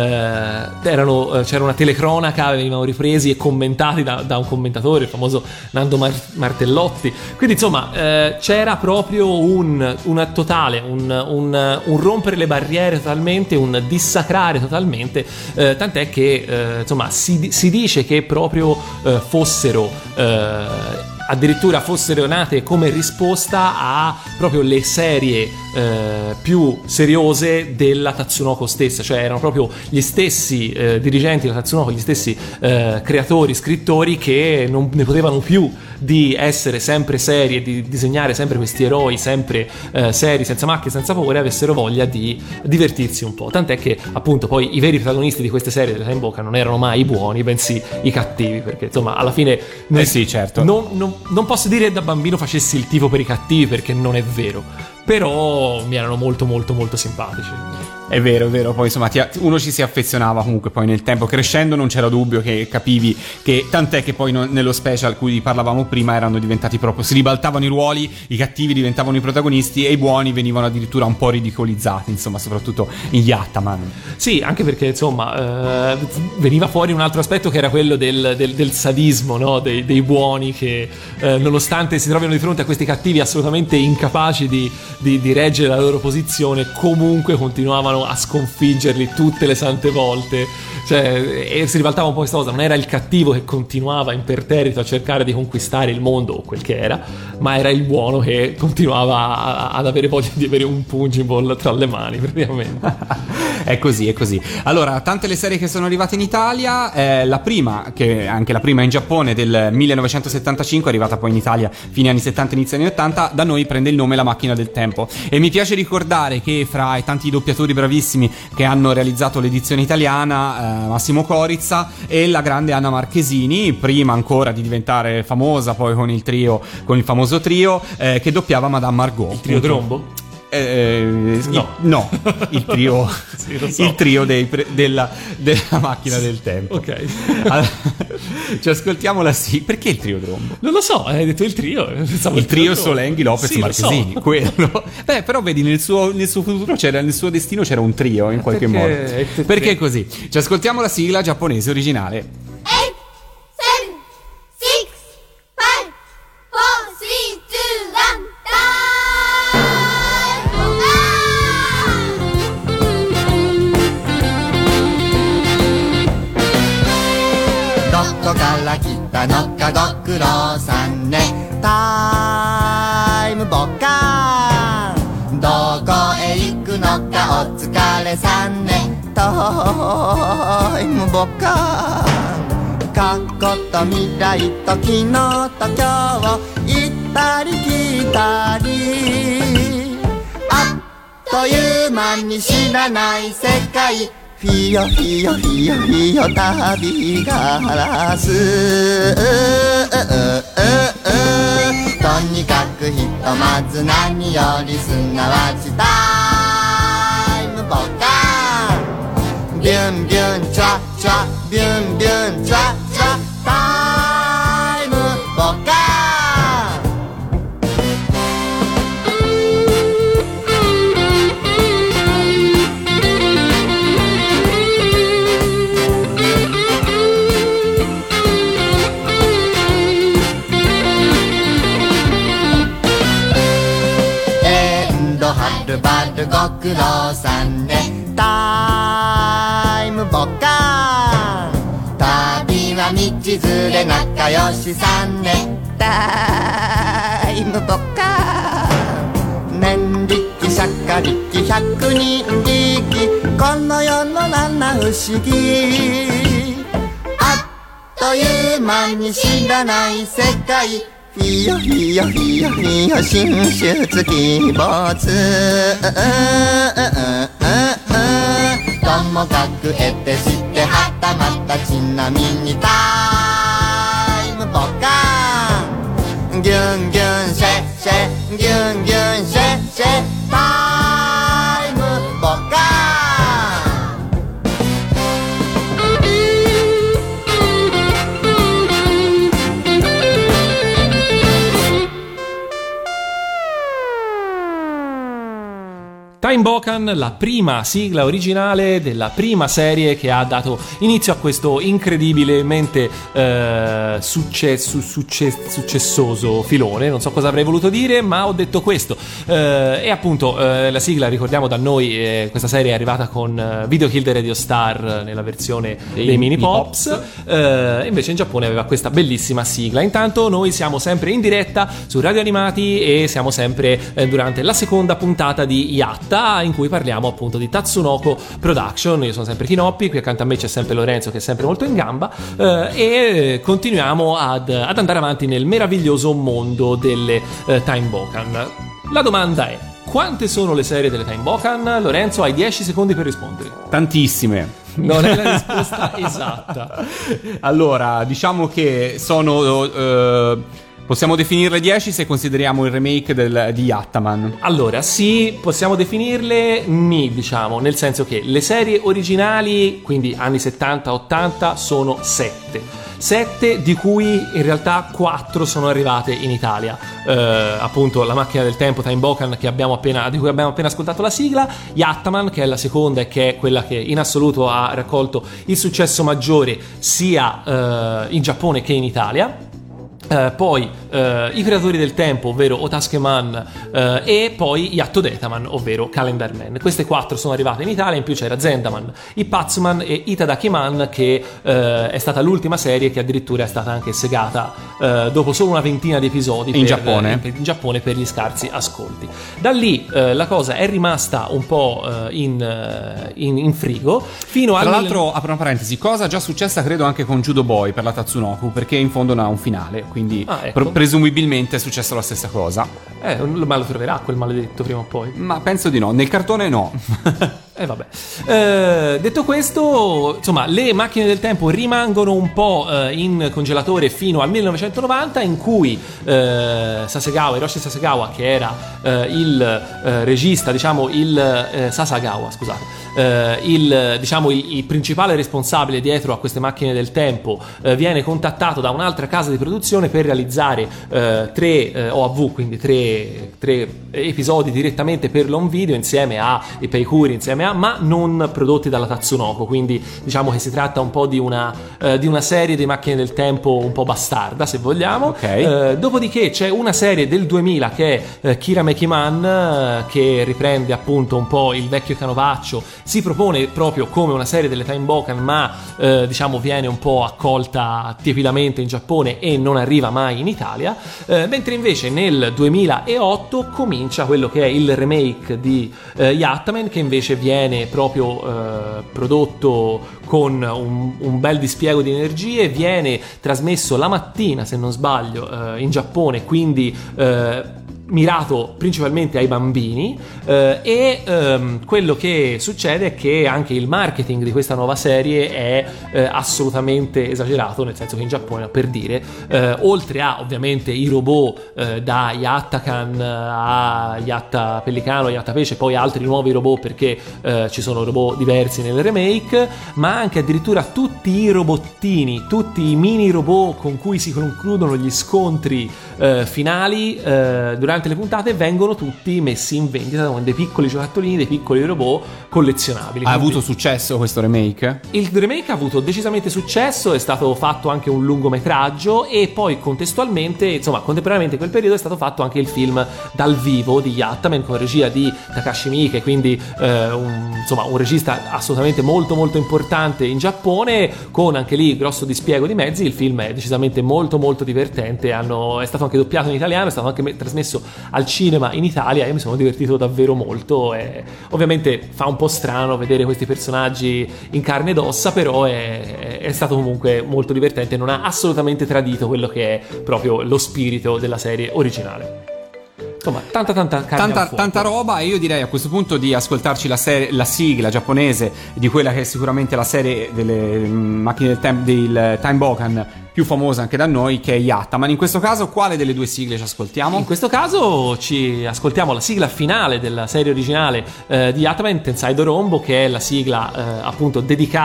telecronaca, venivano ripresi e commentati da un commentatore, il famoso Nando Martellotti. Quindi insomma c'era proprio un totale, un rompere le barriere totalmente, un dissacrare totalmente, tant'è che insomma si dice che proprio addirittura fossero nate come risposta a proprio le serie più seriose della Tatsunoko stessa, cioè erano proprio gli stessi dirigenti della Tatsunoko, gli stessi creatori, scrittori, che non ne potevano più di essere sempre serie, di disegnare sempre questi eroi sempre seri, senza macchie, senza paura, avessero voglia di divertirsi un po', tant'è che appunto poi i veri protagonisti di queste serie della Time Bokan non erano mai i buoni, bensì i cattivi, perché insomma alla fine sì, certo, non posso dire da bambino facessi il tifo per i cattivi, perché non è vero, però mi erano molto simpatici. È vero, poi insomma uno ci si affezionava comunque poi nel tempo, crescendo non c'era dubbio che capivi che, tant'è che poi nello special cui parlavamo prima erano diventati proprio, si ribaltavano i ruoli, i cattivi diventavano i protagonisti e i buoni venivano addirittura un po' ridicolizzati, insomma, soprattutto in Yattaman. Sì, anche perché insomma veniva fuori un altro aspetto che era quello del sadismo, no? dei buoni che nonostante si trovino di fronte a questi cattivi assolutamente incapaci di reggere la loro posizione, comunque continuavano a sconfiggerli tutte le sante volte, cioè, e si ribaltava un po' questa cosa, non era il cattivo che continuava imperterrito a cercare di conquistare il mondo o quel che era, ma era il buono che continuava ad avere voglia di avere un Pungible tra le mani praticamente. È così. Allora, tante le serie che sono arrivate in Italia, la prima, che anche la prima in Giappone, del 1975, è arrivata poi in Italia fine anni 70, inizio anni 80, da noi prende il nome La Macchina del Tempo. E mi piace ricordare che fra i tanti doppiatori bravissimi che hanno realizzato l'edizione italiana, Massimo Corizza e la grande Anna Marchesini, prima ancora di diventare famosa poi con il famoso trio che doppiava Madame Margot. Il trio Trombo? No, il trio, sì, lo so. Il trio della Macchina del Tempo. Ok. Allora, ci ascoltiamo perché il trio Trombo? Non lo so, hai detto il trio. Il trio Solenghi, Lopez, sì, Marchesini, so. quello. Beh, però vedi, nel suo futuro nel suo destino c'era un trio in qualche modo. Perché è così? Ci ascoltiamo la sigla giapponese originale. どこから来たのかご苦労さんねタイムボカーンどこへ行くのかお疲れさんねタイムボカーン過去と未来と昨日と今日行ったり来たりあっという間に知らない世界フィヨフィヨフィヨフィヨ旅ガラスとにかくひとまず何よりすなわちタイムボカーンビュンビュンチャチャビュンビュンチャチャタイムボカーンバルご苦労さんねタイムボカーン旅は道連れ仲良しさんねタイムボカーン年力釈迦力百人力この世の七不思議あっという間に知らない世界フィヨフィヨフィヨフィヨ進出鬼没ともかく得てしてはたまたちなみにタイムボカーンギュンギュンシェシェギュンギュンシェシェタイムボカーン Time Bokan, la prima sigla originale della prima serie che ha dato inizio a questo incredibilmente successoso filone. Non so cosa avrei voluto dire, ma ho detto questo. E appunto la sigla, ricordiamo da noi, questa serie è arrivata con Video Kill the Radio Star nella versione dei Mini Pops. Invece in Giappone aveva questa bellissima sigla. Intanto noi siamo sempre in diretta su Radio Animati e siamo sempre durante la seconda puntata di Yatta, in cui parliamo appunto di Tatsunoko Production. Io sono sempre Kinoppi, qui accanto a me c'è sempre Lorenzo che è sempre molto in gamba, e continuiamo ad andare avanti nel meraviglioso mondo delle Time Bokan. La domanda è: quante sono le serie delle Time Bokan? Lorenzo, hai 10 secondi per rispondere. Tantissime. Non è la risposta esatta. Allora, diciamo che sono Possiamo definirle 10 se consideriamo il remake di Yattaman. Allora, sì, possiamo definirle diciamo, nel senso che le serie originali, quindi anni 70-80, sono 7, di cui in realtà 4 sono arrivate in Italia. Appunto La macchina del tempo, Time Bokan, di cui abbiamo appena ascoltato la sigla, Yattaman, che è la seconda e che è quella che in assoluto ha raccolto il successo maggiore sia in Giappone che in Italia. Poi I Creatori del Tempo, ovvero Otaskeman, e poi Yattodetaman, ovvero Calendar Man. Queste 4 sono arrivate in Italia, in più c'era Zendaman, Ippatsman e Itadakiman, che è stata l'ultima serie che addirittura è stata anche segata dopo solo una ventina di episodi in Giappone per gli scarsi ascolti. Da lì la cosa è rimasta un po' in frigo fino Tra l'altro, apro una parentesi, cosa già successa credo anche con Judo Boy per la Tatsunoko, perché in fondo non ha un finale, quindi ecco. Presumibilmente è successa la stessa cosa. Ma lo troverà quel maledetto prima o poi. Ma penso di no, nel cartone no. Vabbè. Detto questo, insomma, le macchine del tempo rimangono un po' in congelatore fino al 1990, in cui Hiroshi Sasagawa, che era il regista, diciamo Sasagawa, scusate, il principale responsabile dietro a queste macchine del tempo, viene contattato da un'altra casa di produzione per realizzare 3 OAV, quindi 3 episodi direttamente per l'home video insieme a Ipeikuri, insieme a, ma non prodotti dalla Tatsunoko, quindi diciamo che si tratta un po' di una serie di macchine del tempo un po' bastarda, se vogliamo. Okay. Dopodiché c'è una serie del 2000 che è Kiramekiman, che riprende appunto un po' il vecchio canovaccio, si propone proprio come una serie delle Time Bokan, ma diciamo viene un po' accolta tiepidamente in Giappone e non arriva mai in Italia, mentre invece nel 2008 comincia quello che è il remake di Yattaman, che invece viene proprio prodotto con un bel dispiego di energie, viene trasmesso la mattina, se non sbaglio, in Giappone, quindi mirato principalmente ai bambini, e quello che succede è che anche il marketing di questa nuova serie è assolutamente esagerato, nel senso che in Giappone, per dire, oltre a ovviamente i robot da Yattakan a Yatta Pellicano, Yatta Pesce, poi altri nuovi robot, perché ci sono robot diversi nel remake, ma anche addirittura tutti i robottini, tutti i mini robot con cui si concludono gli scontri finali durante le puntate vengono tutti messi in vendita con dei piccoli giocattolini, dei piccoli robot collezionabili. Ha avuto successo questo remake? Il remake ha avuto decisamente successo, è stato fatto anche un lungometraggio e poi contestualmente, insomma, contemporaneamente in quel periodo è stato fatto anche il film dal vivo di Yattaman con regia di Takashi Miike, quindi un regista assolutamente molto molto importante in Giappone, con anche lì grosso dispiego di mezzi. Il film è decisamente molto molto divertente, è stato anche doppiato in italiano, è stato anche trasmesso al cinema in Italia. Io mi sono divertito davvero molto, e ovviamente fa un po' strano vedere questi personaggi in carne ed ossa, però è stato comunque molto divertente, non ha assolutamente tradito quello che è proprio lo spirito della serie originale. Insomma, tanta roba, e io direi a questo punto di ascoltarci la sigla giapponese di quella che è sicuramente la serie delle macchine del tempo, del Time Bokan più famosa anche da noi, che è Yattaman. In questo caso quale delle due sigle ci ascoltiamo? In questo caso ci ascoltiamo la sigla finale della serie originale di Yattaman, Tensai Dorombo, che è la sigla appunto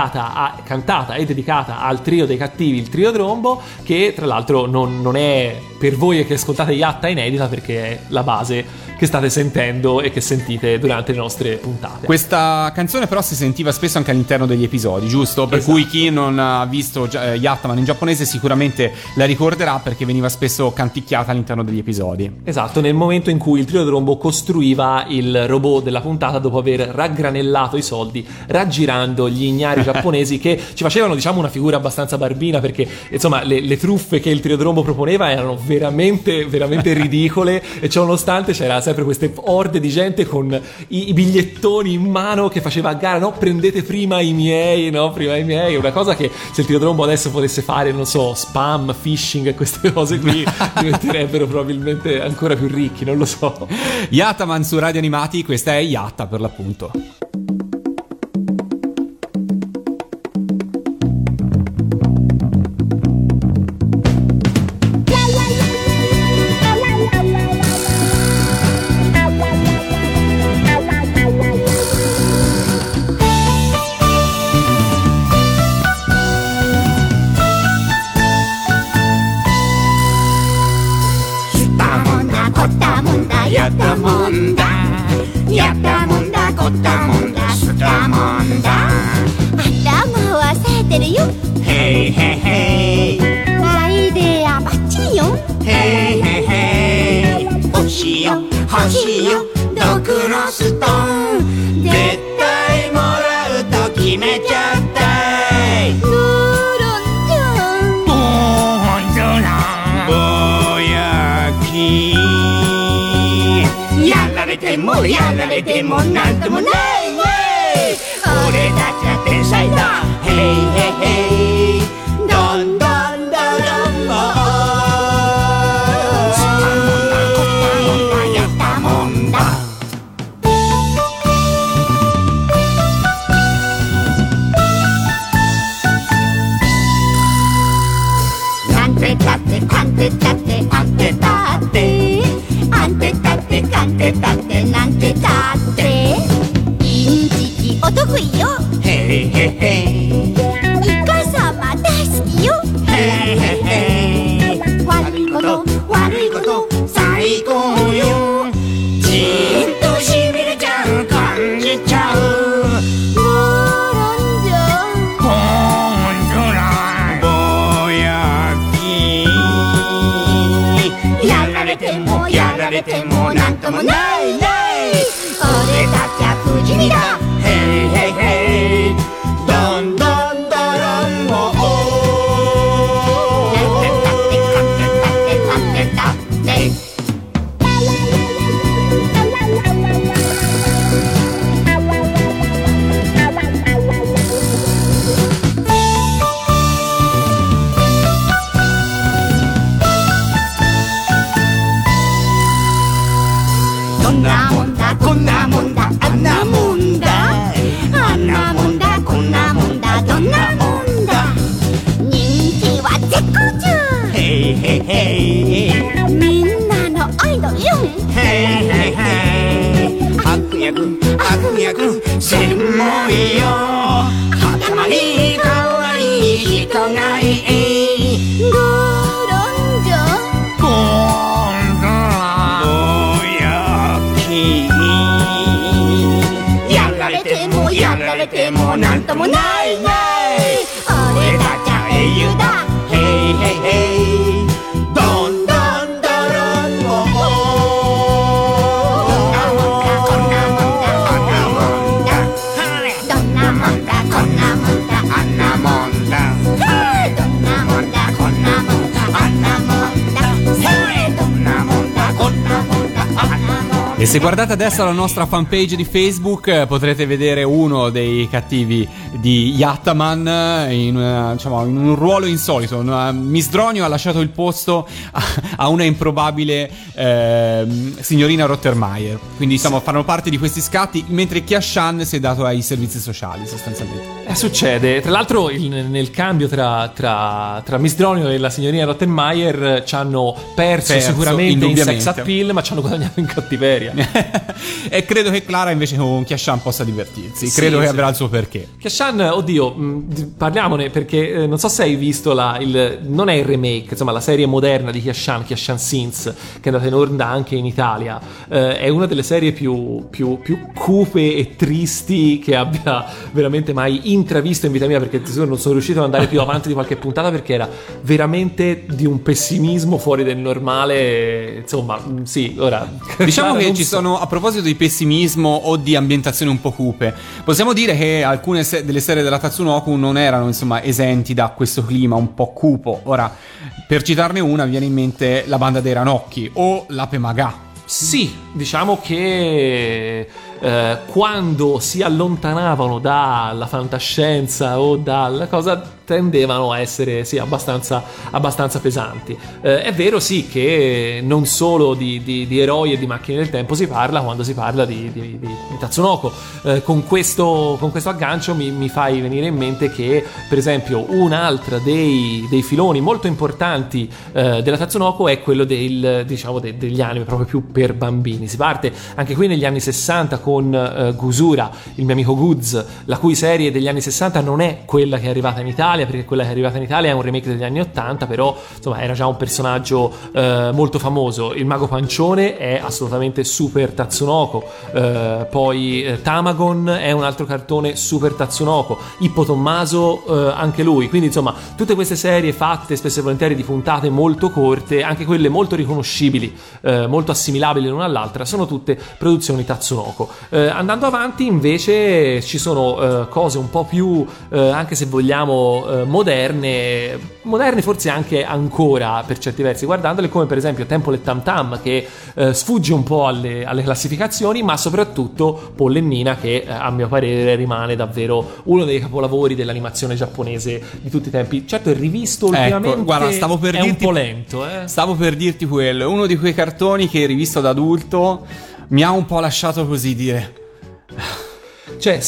cantata e dedicata al trio dei cattivi, il trio Dorombo, che tra l'altro non è per voi che ascoltate Yatta inedita, perché è la base che state sentendo e che sentite durante le nostre puntate. Questa canzone però si sentiva spesso anche all'interno degli episodi, giusto? Per cui chi non ha visto Yattaman in giapponese sicuramente la ricorderà, perché veniva spesso canticchiata all'interno degli episodi. Esatto, nel momento in cui il trio Dorombo costruiva il robot della puntata dopo aver raggranellato i soldi raggirando gli ignari giapponesi che ci facevano, diciamo, una figura abbastanza barbina, perché insomma le truffe che il trio Dorombo proponeva erano veramente veramente ridicole, e ciò nonostante c'era sempre queste orde di gente con i bigliettoni in mano che faceva a gara: no, prendete prima i miei, una cosa che se il trio Dorombo adesso potesse fare, non so, spam, phishing e queste cose qui diventerebbero probabilmente ancora più ricchi, non lo so. Yattaman su Radio Animati, questa è Yatta per l'appunto. ってるよ。 へいへいへいアイデアバッチリよ。 へいへいへい欲しいよ欲しいよドクロストーン絶対もらうと決めちゃったいドロンちゃん。 ぼやきやられてもやられてもなんともないね俺たちは天才だヘイヘイヘイどんどんどんどんもうしたもんだこったもんだやったもんだなんてだってかんてだってあんてだってあんてだってかんてだってなんてだってインチキお得意よ。 ヘイヘイヘイイカ様大好きよ。 ヘイヘイヘイ悪いこと悪いこと最高よじーっとしびれちゃう感じちゃうドロンちゃん。 ほんとだぼやきやられてもやられてもなんともないない俺たちは不死身だヘイヘイヘイどんどんどろんもなんてだってかんてだってかんてだってどんなもんだこんなもんだあんなもんだあんなもんだこんなもんだどんなもんだ人気は絶好調。 ヘイヘイヘイみんなのアイドルよ。 ヘイヘイヘイ悪役専門よ頭に可愛い人がいいドロンちゃん。 ぼやきやられてもやられてもなんともないない俺たちは英雄だヘイヘイヘイどんどんどろんもこんなもんだこんなもんだどんなもんだこんなもんだあんなもんだどんなもんだこんなもんだあんなもんだどんなもんだこんなもんだあんなもんだ E se guardate adesso la nostra fanpage di Facebook potrete vedere uno dei cattivi di Yattaman in un ruolo insolito. Miss Dronio ha lasciato il posto a una improbabile signorina Rottermeier. Quindi fanno parte di questi scatti, mentre Kiashan si è dato ai servizi sociali sostanzialmente. Succede. Tra l'altro nel cambio tra Miss Dronio e la signorina Rottenmeier ci hanno perso sicuramente in sex appeal, ma ci hanno guadagnato in cattiveria. E credo che Clara invece con Kiashan possa divertirsi. Sì, credo che sì. avrà il suo perché. Kiashan, oddio, parliamone perché non so se hai visto non è il remake, insomma la serie moderna di Kiashan Sins, che è andata in onda anche in Italia. È una delle serie più cupe e tristi che abbia veramente mai intravisto in vita mia, perché non sono riuscito ad andare più avanti di qualche puntata perché era veramente di un pessimismo fuori del normale. Insomma, sì, ora diciamo che ci sono, a proposito di pessimismo o di ambientazioni un po' cupe, possiamo dire che alcune delle serie della Tatsunoko non erano insomma esenti da questo clima un po' cupo. Ora, per citarne una, viene in mente La banda dei Ranocchi o l'Ape Maga. Sì, diciamo che quando si allontanavano dalla fantascienza o dalla cosa tendevano a essere abbastanza pesanti. È vero sì che non solo di eroi e di macchine del tempo si parla quando si parla di Tatsunoko. Con questo aggancio mi fai venire in mente che per esempio un'altra dei filoni molto importanti della Tatsunoko è quello degli anime proprio più per bambini. Si parte anche qui negli anni 60 con Gusura, il mio amico Guz, la cui serie degli anni 60 non è quella che è arrivata in Italia, perché quella che è arrivata in Italia è un remake degli anni 80, però insomma era già un personaggio molto famoso. Il mago pancione è assolutamente super Tatsunoko, poi Tamagon è un altro cartone super Tatsunoko, Ippo Tommaso anche lui, quindi insomma tutte queste serie fatte spesso e volentieri di puntate molto corte, anche quelle molto riconoscibili, molto assimilabili l'una all'altra, sono tutte produzioni Tatsunoko. Andando avanti invece ci sono cose un po' più anche se vogliamo moderne forse anche ancora per certi versi guardandole, come per esempio Temple e Tam Tam, che sfugge un po' alle classificazioni, ma soprattutto Paul e Nina, che a mio parere rimane davvero uno dei capolavori dell'animazione giapponese di tutti i tempi. Certo, è rivisto ultimamente, guarda, stavo per è dirti, un po' lento. Stavo per dirti quello, è uno di quei cartoni che rivisto da adulto mi ha un po' lasciato così dire. Cioè,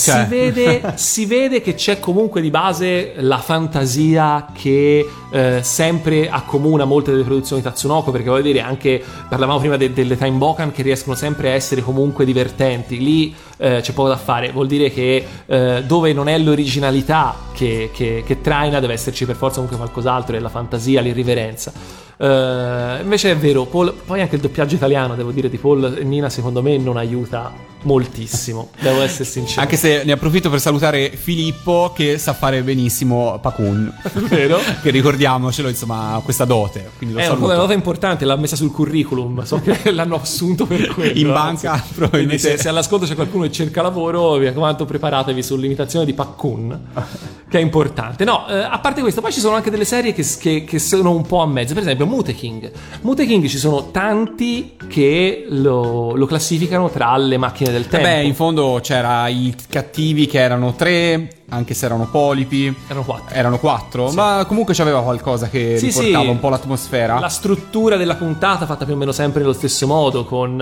si vede che c'è comunque di base la fantasia che sempre accomuna molte delle produzioni Tatsunoko, perché voglio dire, anche parlavamo prima delle Time Bokan, che riescono sempre a essere comunque divertenti. Lì c'è poco da fare, vuol dire che dove non è l'originalità che traina, deve esserci per forza comunque qualcos'altro, è la fantasia, l'irriverenza. Invece è vero, Paul, poi anche il doppiaggio italiano, devo dire, di Paul e Nina secondo me non aiuta moltissimo, devo essere sincero. Anche se ne approfitto per salutare Filippo, che sa fare benissimo Pakun, vero? Che ricordiamocelo, insomma, questa dote, quindi lo saluto. Una nota importante, l'ha messa sul curriculum, so che l'hanno assunto per quello. In banca probabilmente. Se all'ascolto c'è qualcuno che cerca lavoro, mi raccomando, preparatevi sull'imitazione di Pakun, che è importante. No, a parte questo, poi ci sono anche delle serie che sono un po' a mezzo. Per esempio Mute King ci sono tanti che lo classificano tra le macchine del tempo. Beh, in fondo c'era i cattivi che erano 3, anche se erano polipi. Erano 4, sì. Ma comunque c'aveva qualcosa che riportava un po' l'atmosfera. La struttura della puntata fatta più o meno sempre nello stesso modo, con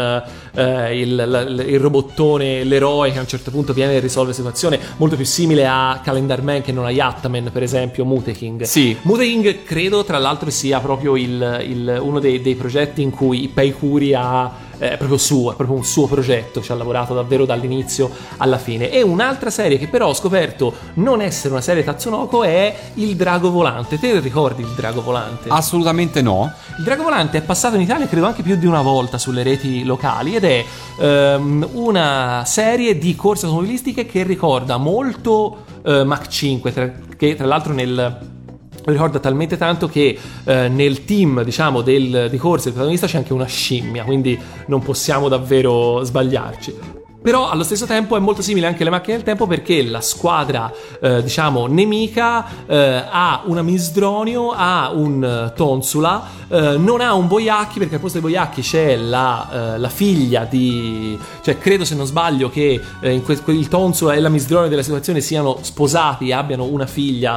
il robottone, l'eroe che a un certo punto viene e risolve la situazione, molto più simile a Calendar Man che non a Yattaman, per esempio. Mute King. Sì. Mute King credo tra l'altro sia proprio uno dei progetti in cui Ipei Kuri è proprio un suo progetto, ci ha lavorato davvero dall'inizio alla fine. E un'altra serie che però ho scoperto non essere una serie Tatsunoko è Il Drago Volante. Te ricordi Il Drago Volante? Assolutamente no. Il Drago Volante è passato in Italia credo anche più di una volta sulle reti locali ed è una serie di corse automobilistiche che ricorda molto Mach 5, che tra l'altro lo ricorda talmente tanto che nel team, diciamo, di corsa del protagonista c'è anche una scimmia, quindi non possiamo davvero sbagliarci. Però allo stesso tempo è molto simile anche alle macchine del tempo, perché la squadra diciamo nemica ha una Misdronio, ha un Tonsula, non ha un Boiacchi, perché al posto dei Boiacchi c'è la figlia di, cioè credo, se non sbaglio, che il Tonsula e la Misdronio della situazione siano sposati e abbiano una figlia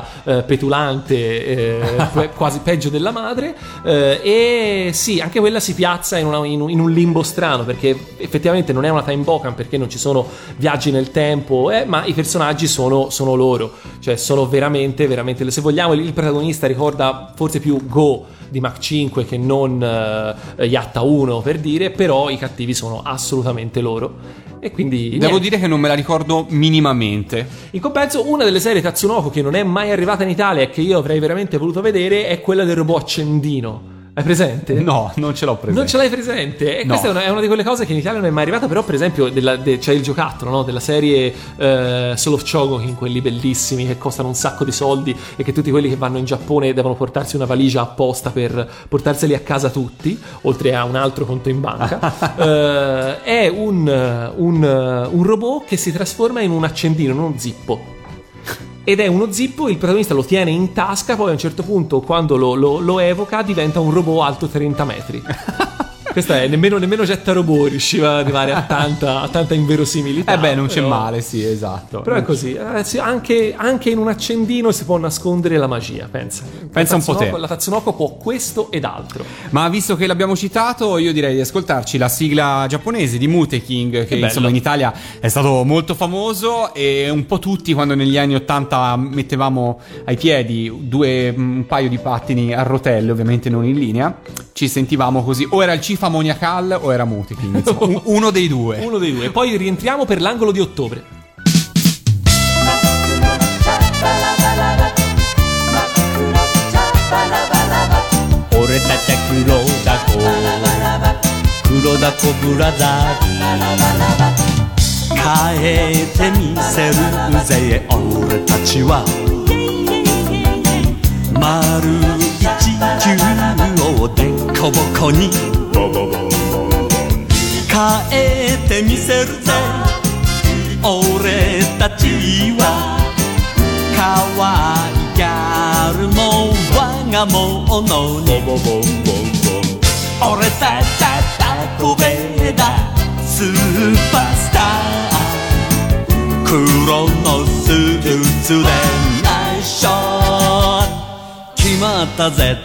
petulante, quasi peggio della madre, e sì, anche quella si piazza in un limbo strano, perché effettivamente non è una Time Bokan, perché non ci sono viaggi nel tempo, ma i personaggi sono loro, cioè sono veramente, se vogliamo, il protagonista ricorda forse più Go di Mach 5 che non Yatta 1, per dire, però i cattivi sono assolutamente loro. E quindi devo dire che non me la ricordo minimamente. In compenso, una delle serie Tatsunoko che non è mai arrivata in Italia e che io avrei veramente voluto vedere è quella del robot accendino. Hai presente? No, non ce l'ho presente. Non ce l'hai presente? E questa è una di quelle cose che in Italia non è mai arrivata. Però per esempio c'è il giocattolo, no? Della serie Soul of Chogokin, quelli bellissimi che costano un sacco di soldi e che tutti quelli che vanno in Giappone devono portarsi una valigia apposta per portarseli a casa tutti, oltre a un altro conto in banca. È un robot che si trasforma in un accendino, in uno zippo. Ed è uno zippo, il protagonista lo tiene in tasca, poi a un certo punto, quando lo evoca, diventa un robot alto 30 metri. Questa è, nemmeno Getta Robot riusciva ad arrivare a tanta inverosimilità. Non c'è male, sì, esatto. Però è così, anche in un accendino si può nascondere la magia, pensa un po' te. La Tatsunoko può questo ed altro. Ma visto che l'abbiamo citato, io direi di ascoltarci la sigla giapponese di Mute King, che insomma in Italia è stato molto famoso, e un po' tutti, quando negli anni 80 mettevamo ai piedi un paio di pattini a rotelle, ovviamente non in linea, ci sentivamo così. O era il Chief Ninfa o era Mutikin, insomma, uno dei due. Uno dei due. Poi rientriamo per l'angolo di ottobre. Oreたちゃ黒だこブラザー変えてみせるぜ俺たちは丸一球をでこぼこに変えてみせるぜ俺たちはかわいギャルも我がものに俺たちゃタコベだスーパースター黒のスーツでナイスショット決まったぜ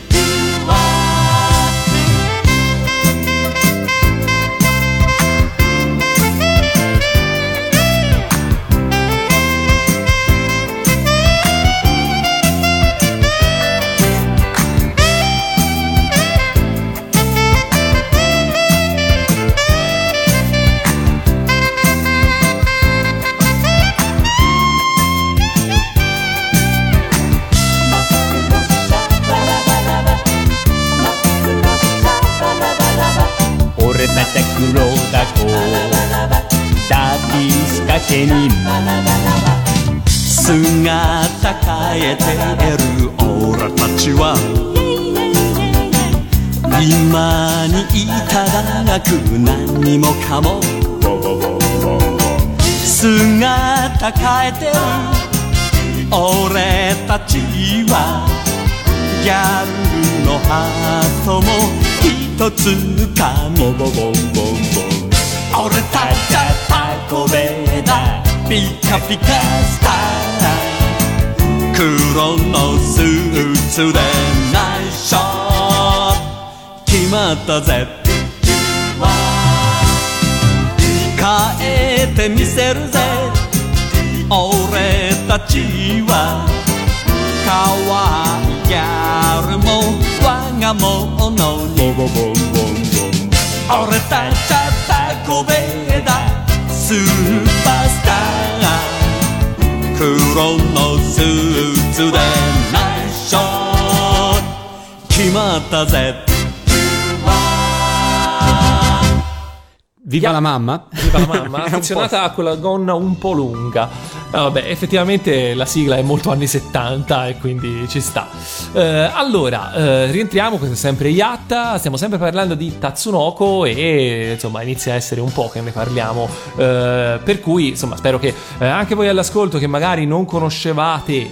俺たちゃ黒だこダディ仕掛けに姿変えてる俺たちは今にいただく何もかも姿変えてる俺たちはギャルのハートも一つかみ俺たちゃタコベだピカピカスター黒のスーツでナイスショット決まったぜ変えてみせるぜ俺たちはかわいいギャルも我がものに俺たちゃタコベだスーパースター黒のスーツでナイスショット決まったぜ Viva la mamma? Viva la mamma, affezionata a quella gonna un po' lunga. Vabbè, effettivamente la sigla è molto anni 70 e quindi ci sta. Allora, rientriamo, questo è sempre Yatta, stiamo sempre parlando di Tatsunoko e insomma inizia a essere un po' che ne parliamo, per cui insomma spero che anche voi all'ascolto che magari non conoscevate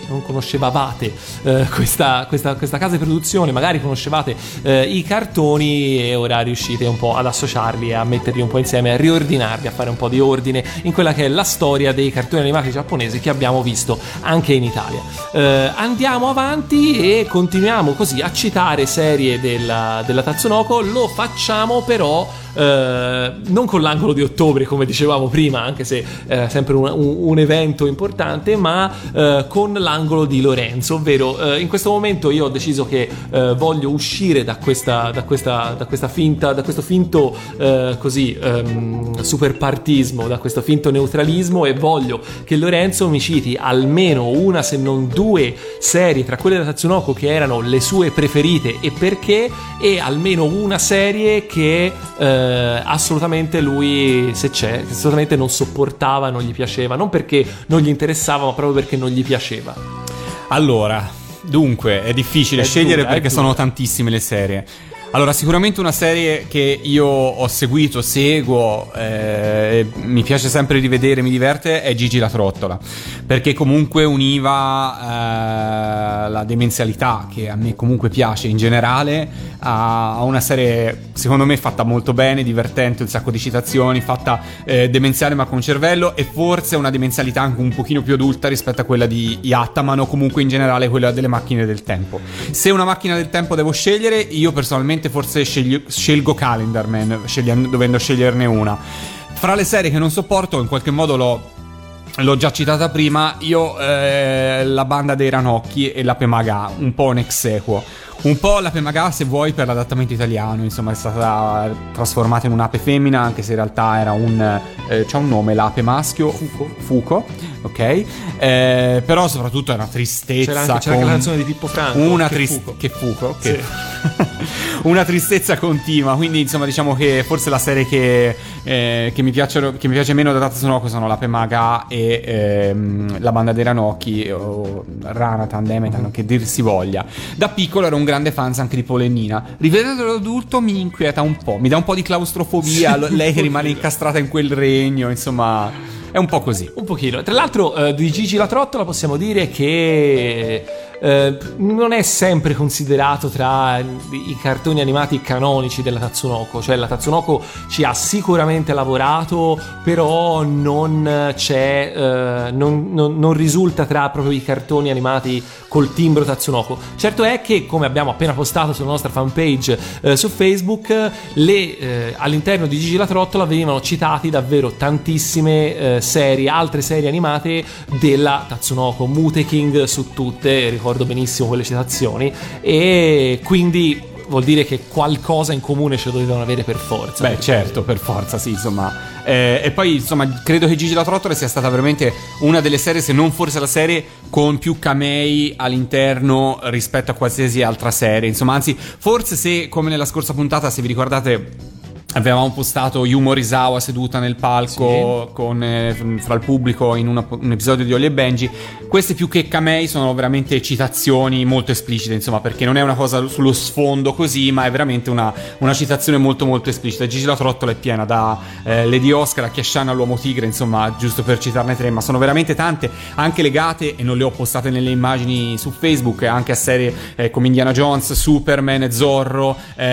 questa casa di produzione, magari conoscevate i cartoni e ora riuscite un po' ad associarli e a metterli un po' insieme, a riordinarli, a fare un po' di ordine in quella che è la storia dei cartoni animati giapponesi che abbiamo visto anche in Italia. Andiamo avanti e continuiamo così a citare serie della Tatsunoko. Lo facciamo però non con l'angolo di ottobre come dicevamo prima, anche se era sempre un evento importante, ma con l'angolo di Lorenzo, ovvero in questo momento io ho deciso che voglio uscire da questo finto così superpartismo, da questo finto neutralismo, e voglio che Lorenzo mi citi almeno una se non due serie tra quelle della Tatsunoko che erano le sue preferite e perché, e almeno una serie che assolutamente lui, se c'è, assolutamente non sopportava, non gli piaceva, non perché non gli interessava ma proprio perché non gli piaceva. Allora, dunque è difficile scegliere perché sono tantissime le serie. Allora, sicuramente una serie che io ho seguito, seguo, mi piace sempre rivedere, mi diverte, è Gigi la Trottola, perché comunque univa la demenzialità, che a me comunque piace in generale, a una serie secondo me fatta molto bene, divertente, un sacco di citazioni, fatta demenziale ma con cervello, e forse una demenzialità anche un pochino più adulta rispetto a quella di Yattaman o comunque in generale quella delle macchine del tempo. Se una macchina del tempo devo scegliere, io personalmente forse scelgo Calendarman, dovendo sceglierne una. Fra le serie che non sopporto, in qualche modo l'ho l'ho già citata prima, io la banda dei Ranocchi e l'Ape Maga, un po' un ex equo. Un po' l'Ape Maga, se vuoi, per l'adattamento italiano, insomma, è stata trasformata in un'ape femmina, anche se in realtà era c'ha un nome, l'ape maschio, Fuco, ok? Però soprattutto è una tristezza. C'era anche la canzone di Pippo Franco, Fuco. Sì. Una tristezza continua, quindi insomma diciamo che forse la serie che mi piace meno da Tatsunoko sono l'Ape Maga e la banda dei Ranocchi, o Ranatan, Demetan, che dir si voglia. Da piccolo ero un grande fan anche di Polennina. Rivederlo adulto mi inquieta un po', mi dà un po' di claustrofobia, lei che rimane incastrata in quel regno, insomma, è un po' così. Un pochino. Tra l'altro di Gigi la Trottola possiamo dire che non è sempre considerato tra i cartoni animati canonici della Tatsunoko, cioè la Tatsunoko ci ha sicuramente lavorato, però non c'è non risulta tra proprio i cartoni animati col timbro Tatsunoko. Certo è che, come abbiamo appena postato sulla nostra fanpage su Facebook, all'interno di Gigi la Trottola venivano citati davvero tantissime altre serie animate della Tatsunoko, Mute King su tutte, ricordo benissimo quelle citazioni, e quindi vuol dire che qualcosa in comune ce lo dovevano avere per forza. Beh, certo, per forza, sì, insomma. E poi, insomma, credo che Gigi la Trottola sia stata veramente una delle serie, se non forse la serie con più camei all'interno rispetto a qualsiasi altra serie. Insomma, anzi, forse se, come nella scorsa puntata, se vi ricordate, avevamo postato Yu Morisawa seduta nel palco, sì, fra il pubblico in un episodio di Holly e Benji. Queste, più che camei, sono veramente citazioni molto esplicite, insomma, perché non è una cosa sullo sfondo così, ma è veramente una citazione molto molto esplicita. Gigi la Trottola è piena, da Lady Oscar a Chiasciana all'Uomo Tigre, insomma, giusto per citarne tre, ma sono veramente tante, anche legate, e non le ho postate nelle immagini su Facebook, anche a serie come Indiana Jones, Superman, Zorro,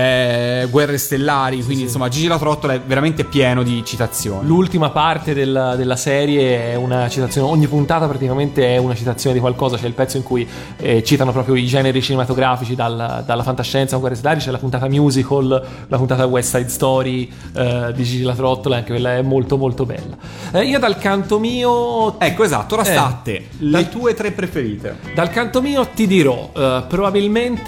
Guerre Stellari, quindi sì, insomma Gigi la Trottola è veramente pieno di citazioni. L'ultima parte della serie è una citazione, ogni puntata praticamente è una citazione di qualcosa. C'è il pezzo in cui citano proprio i generi cinematografici, dalla fantascienza a Guerre Stellari. C'è la puntata musical, la puntata West Side Story di Gigi la Trottola, anche quella è molto molto bella. Io dal canto mio, ecco, esatto, ora sta a te, le tue tre preferite. Dal canto mio ti dirò probabilmente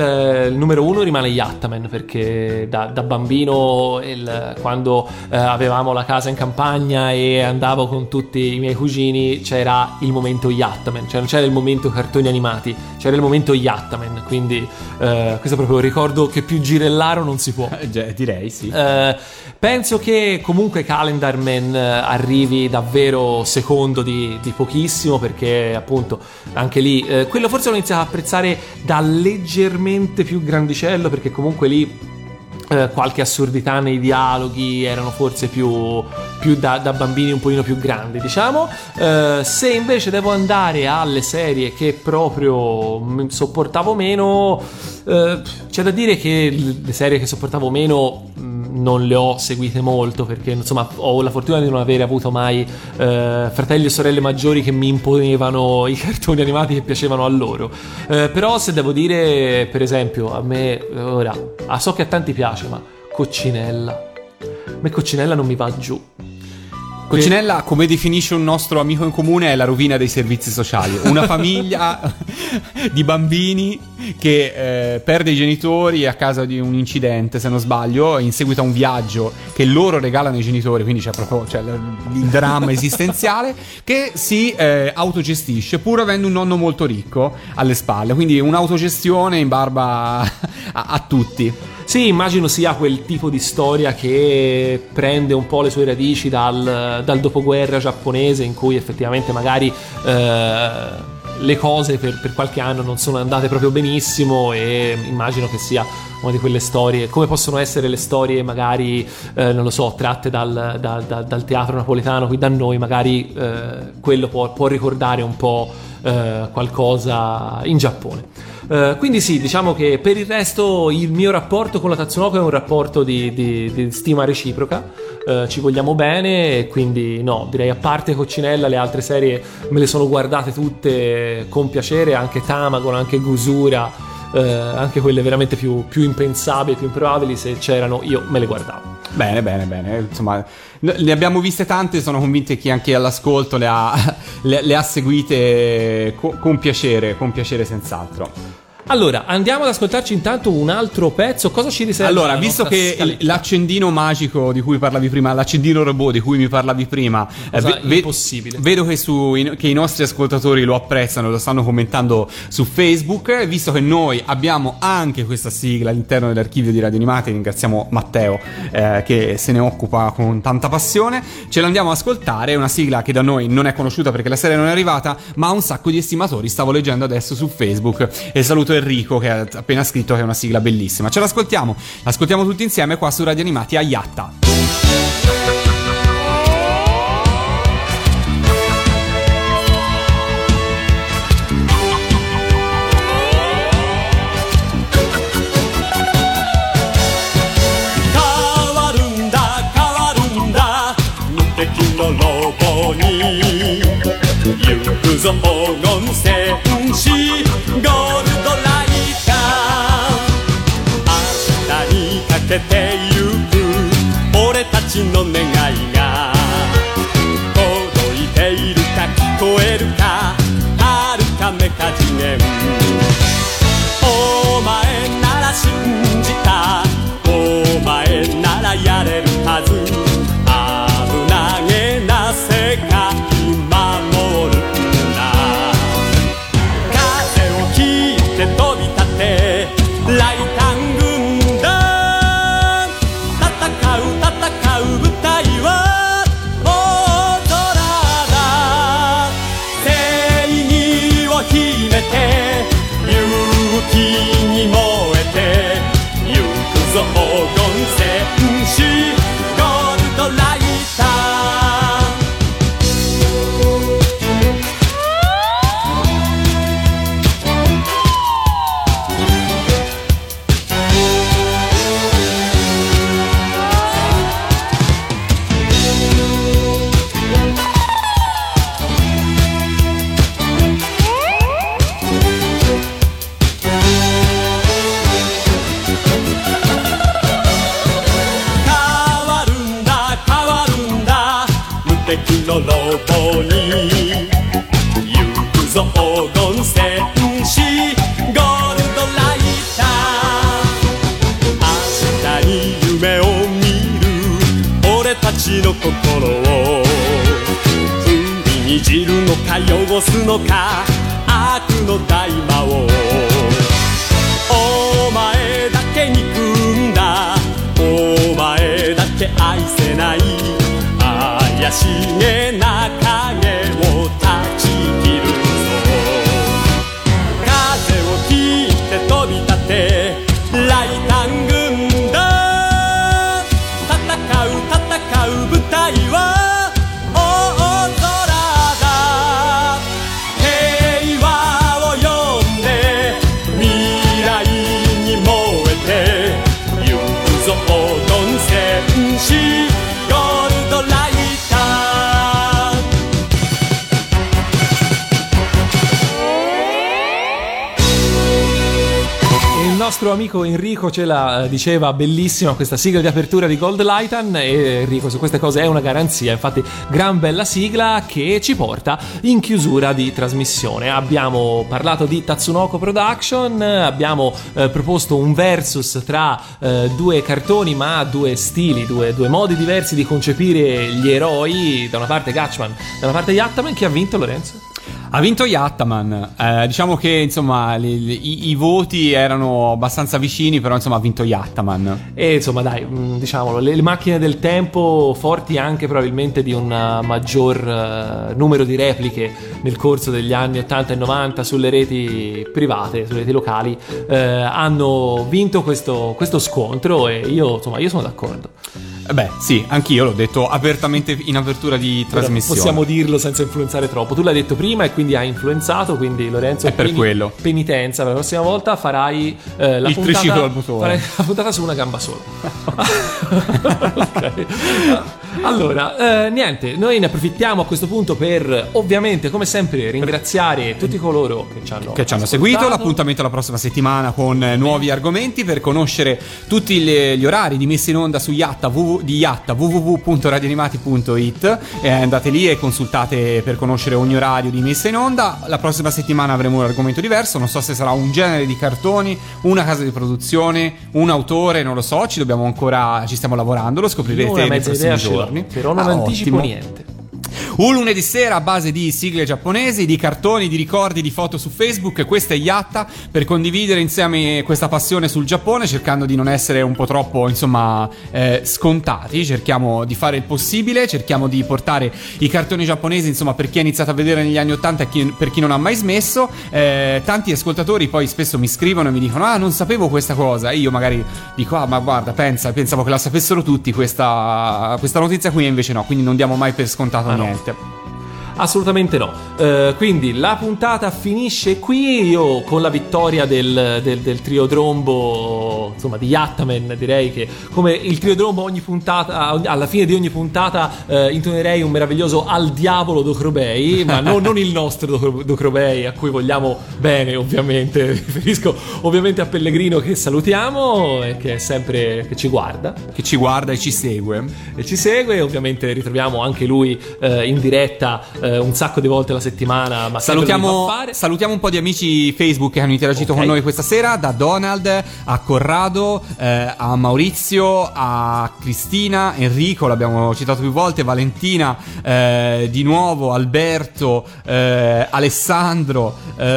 il numero uno rimane Yattaman, perché da bambino, quando avevamo la casa in campagna e andavo con tutti i miei cugini, c'era il momento Yattaman, cioè non c'era il momento cartoni animati, c'era il momento Yattaman, quindi questo proprio ricordo che più girellaro non si può. Direi sì. Penso che comunque Calendar Man arrivi davvero secondo di pochissimo, perché appunto anche lì quello forse l'ho iniziato a apprezzare da leggermente più grandicello, perché comunque lì qualche assurdità nei dialoghi erano forse più da bambini un pochino più grandi, diciamo. Se invece devo andare alle serie che proprio sopportavo meno, c'è da dire che le serie che sopportavo meno non le ho seguite molto, perché insomma ho la fortuna di non avere avuto mai fratelli o sorelle maggiori che mi imponevano i cartoni animati che piacevano a loro. Però se devo dire, per esempio, a me ora, so che a tanti piace, ma Coccinella, a me Coccinella non mi va giù. Coccinella, come definisce un nostro amico in comune, è la rovina dei servizi sociali. Una famiglia di bambini che perde i genitori a causa di un incidente, se non sbaglio, in seguito a un viaggio che loro regalano ai genitori, quindi c'è proprio il dramma esistenziale, che si autogestisce pur avendo un nonno molto ricco alle spalle, quindi un'autogestione in barba a tutti. Sì, immagino sia quel tipo di storia che prende un po' le sue radici dal dopoguerra giapponese, in cui effettivamente magari le cose per qualche anno non sono andate proprio benissimo, e immagino che sia una di quelle storie, come possono essere le storie magari, non lo so, tratte dal teatro napoletano qui da noi, magari quello può ricordare un po' qualcosa in Giappone. Quindi sì, diciamo che per il resto il mio rapporto con la Tatsunoko è un rapporto di stima reciproca, ci vogliamo bene, e quindi no, direi, a parte Coccinella, le altre serie me le sono guardate tutte con piacere, anche Tamagon, anche Gusura, anche quelle veramente più impensabili, più improbabili, se c'erano io me le guardavo. Bene. Insomma, ne abbiamo viste tante, sono convinto che anche all'ascolto le ha seguite con piacere senz'altro. Allora, andiamo ad ascoltarci intanto un altro pezzo. Cosa ci riserva? Allora, visto che l'accendino magico di cui parlavi prima, l'accendino robot di cui mi parlavi prima, impossibile. Vedo che i nostri ascoltatori lo apprezzano, lo stanno commentando su Facebook. Visto che noi abbiamo anche questa sigla all'interno dell'archivio di Radio Animati, ringraziamo Matteo che se ne occupa con tanta passione, ce l'andiamo ad ascoltare. È una sigla che da noi non è conosciuta perché la serie non è arrivata, ma ha un sacco di estimatori. Stavo leggendo adesso su Facebook e saluto Enrico che ha appena scritto che è una sigla bellissima. Ce l'ascoltiamo tutti insieme qua su Radio Animati a Yatta. 行くぞ黄金戦士ゴールドライター明日にかけてゆく俺たちの願いが届いているか聞こえるか遥かメカ次元お前なら信じたお前ならやれるはず危なげな世界守るんだ風を切って飛び立てライタン軍団戦う舞台は大空だ正義を秘めて勇気に燃えてゆくぞ黄金戦士ゴールドライター敵のロボに行くぞ黄金戦士ゴールドライター明日に夢を見る俺たちの心を踏みにじるのか汚すのか悪の大魔王お前だけ憎んだお前だけ愛せない怪しげな影を断ち切るぞ風を切って飛び立てライタン軍団戦う舞台は大空だ平和を呼んで未来に燃えてゆくぞ黄金戦士ゴールドライ Il nostro amico Enrico ce la diceva bellissima questa sigla di apertura di Gold Lightan e Enrico su queste cose è una garanzia, infatti gran bella sigla che ci porta in chiusura di trasmissione. Abbiamo parlato di Tatsunoko Production, abbiamo proposto un versus tra due cartoni ma due stili, due modi diversi di concepire gli eroi, da una parte Gatchman, da una parte Yattaman. Chi ha vinto, Lorenzo? Ha vinto Yattaman, diciamo che insomma i voti erano abbastanza vicini, però insomma ha vinto Yattaman. E insomma dai, diciamolo, le macchine del tempo, forti anche probabilmente di un maggior numero di repliche nel corso degli anni 80 e 90 sulle reti private, sulle reti locali, hanno vinto questo scontro e io sono d'accordo. Beh, sì, anch'io l'ho detto apertamente in apertura di trasmissione. Possiamo dirlo senza influenzare troppo. Tu l'hai detto prima e quindi hai influenzato, quindi Lorenzo è per quello. Penitenza, per la prossima volta farai il triciclo al motore. Farai la puntata su una gamba sola. Ok. Allora, niente, noi ne approfittiamo a questo punto per, ovviamente, come sempre, ringraziare tutti coloro che ci hanno seguito. L'appuntamento la prossima settimana con nuovi argomenti. Per conoscere tutti gli orari di messa in onda su Yatta, www.radioanimati.it, andate lì e consultate per conoscere ogni orario di messa in onda. La prossima settimana avremo un argomento diverso, non so se sarà un genere di cartoni, una casa di produzione, un autore, non lo so, ci stiamo lavorando, lo scoprirete nei prossimi giorni. Però non anticipo niente. Un lunedì sera a base di sigle giapponesi, di cartoni, di ricordi, di foto su Facebook. Questa è Yatta, per condividere insieme questa passione sul Giappone, cercando di non essere un po' troppo, scontati. Cerchiamo di fare il possibile, cerchiamo di portare i cartoni giapponesi, per chi ha iniziato a vedere negli anni '80 e per chi non ha mai smesso. Tanti ascoltatori poi spesso mi scrivono e mi dicono: non sapevo questa cosa. E io magari dico: ma guarda, pensavo che la sapessero tutti questa notizia qui, e invece no, quindi non diamo mai per scontato niente. Assolutamente no. Quindi la puntata finisce qui. Io con la vittoria del Triodrombo, di Yattaman, direi che come il Triodrombo ogni puntata, alla fine di ogni puntata intonerei un meraviglioso Al diavolo Docrobei, ma non il nostro Docrobei, a cui vogliamo bene, ovviamente. Mi riferisco ovviamente a Pellegrino, che salutiamo e che è sempre che ci guarda e ci segue. Ovviamente ritroviamo anche lui in diretta un sacco di volte alla settimana, ma salutiamo un po' di amici Facebook che hanno interagito con noi questa sera, da Donald a Corrado, a Maurizio, a Cristina, Enrico, l'abbiamo citato più volte, Valentina, di nuovo Alberto, Alessandro,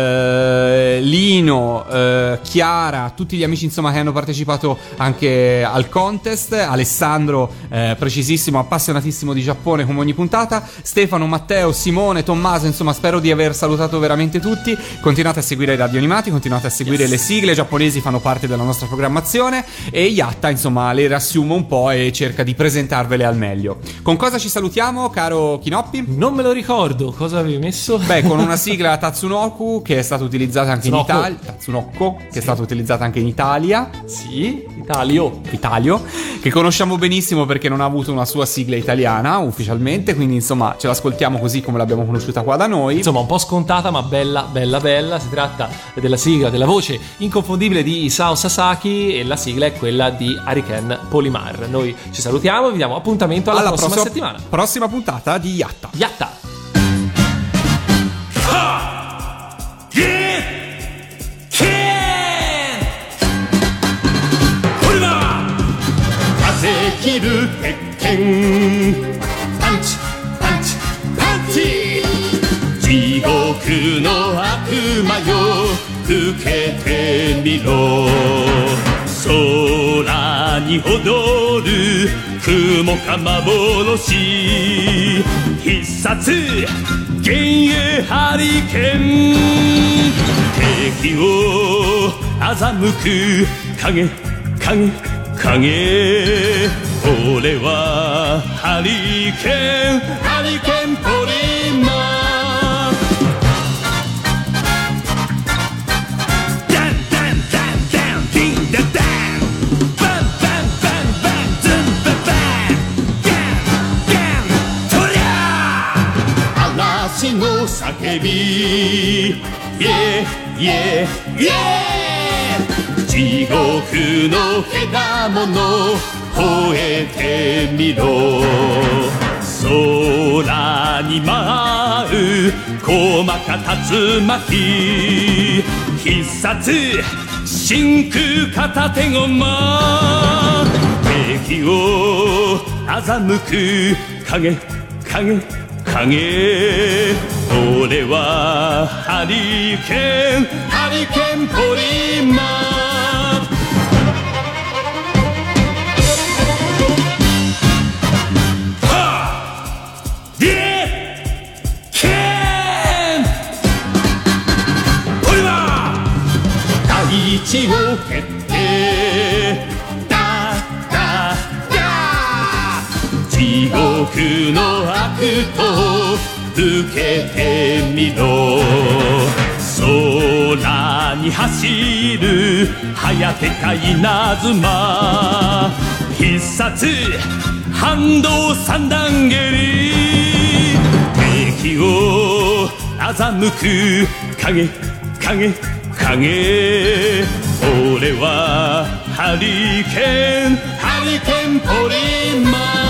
Lino, Chiara, tutti gli amici che hanno partecipato anche al contest. Alessandro, precisissimo, appassionatissimo di Giappone come ogni puntata. Stefano, Matteo, Simone, Tommaso, spero di aver salutato veramente tutti. Continuate a seguire Radio Animati, continuate a seguire le sigle giapponesi, fanno parte della nostra programmazione, e Yatta le riassumo un po' e cerca di presentarvele al meglio. Con cosa ci salutiamo, caro Kinoppi? Non me lo ricordo, cosa avevi messo? Con una sigla Tatsunoko, che è stata utilizzata anche in Italia. Tatsunoko, che è stata utilizzata anche in Italia. Sì, Italio, che conosciamo benissimo perché non ha avuto una sua sigla italiana ufficialmente, quindi ce l'ascoltiamo così come l'abbiamo conosciuta qua da noi. Un po' scontata, ma bella. Si tratta della sigla, della voce inconfondibile di Isao Sasaki, e la sigla è quella di Hariken Polimar. Noi ci salutiamo e vi diamo appuntamento alla prossima settimana. Prossima puntata di Yatta. 地獄の悪魔よ受けてみろ空に踊る雲か幻必殺幻影ハリケン敵を欺く影俺はハリケンポリマンダンダンダンダンディンダダンバンバンバンバンズンババンガンとりゃ嵐の叫びイエイエイエ地獄のけ物吠えてみろ空に舞う細か竜巻必殺真空片手駒敵を欺く影俺はハリケンポリマン大地を蹴って地獄の悪と受けてみろ空に走るハヤテか稲妻必殺反動三段蹴り敵を欺く影影影俺はハリケーンポリマン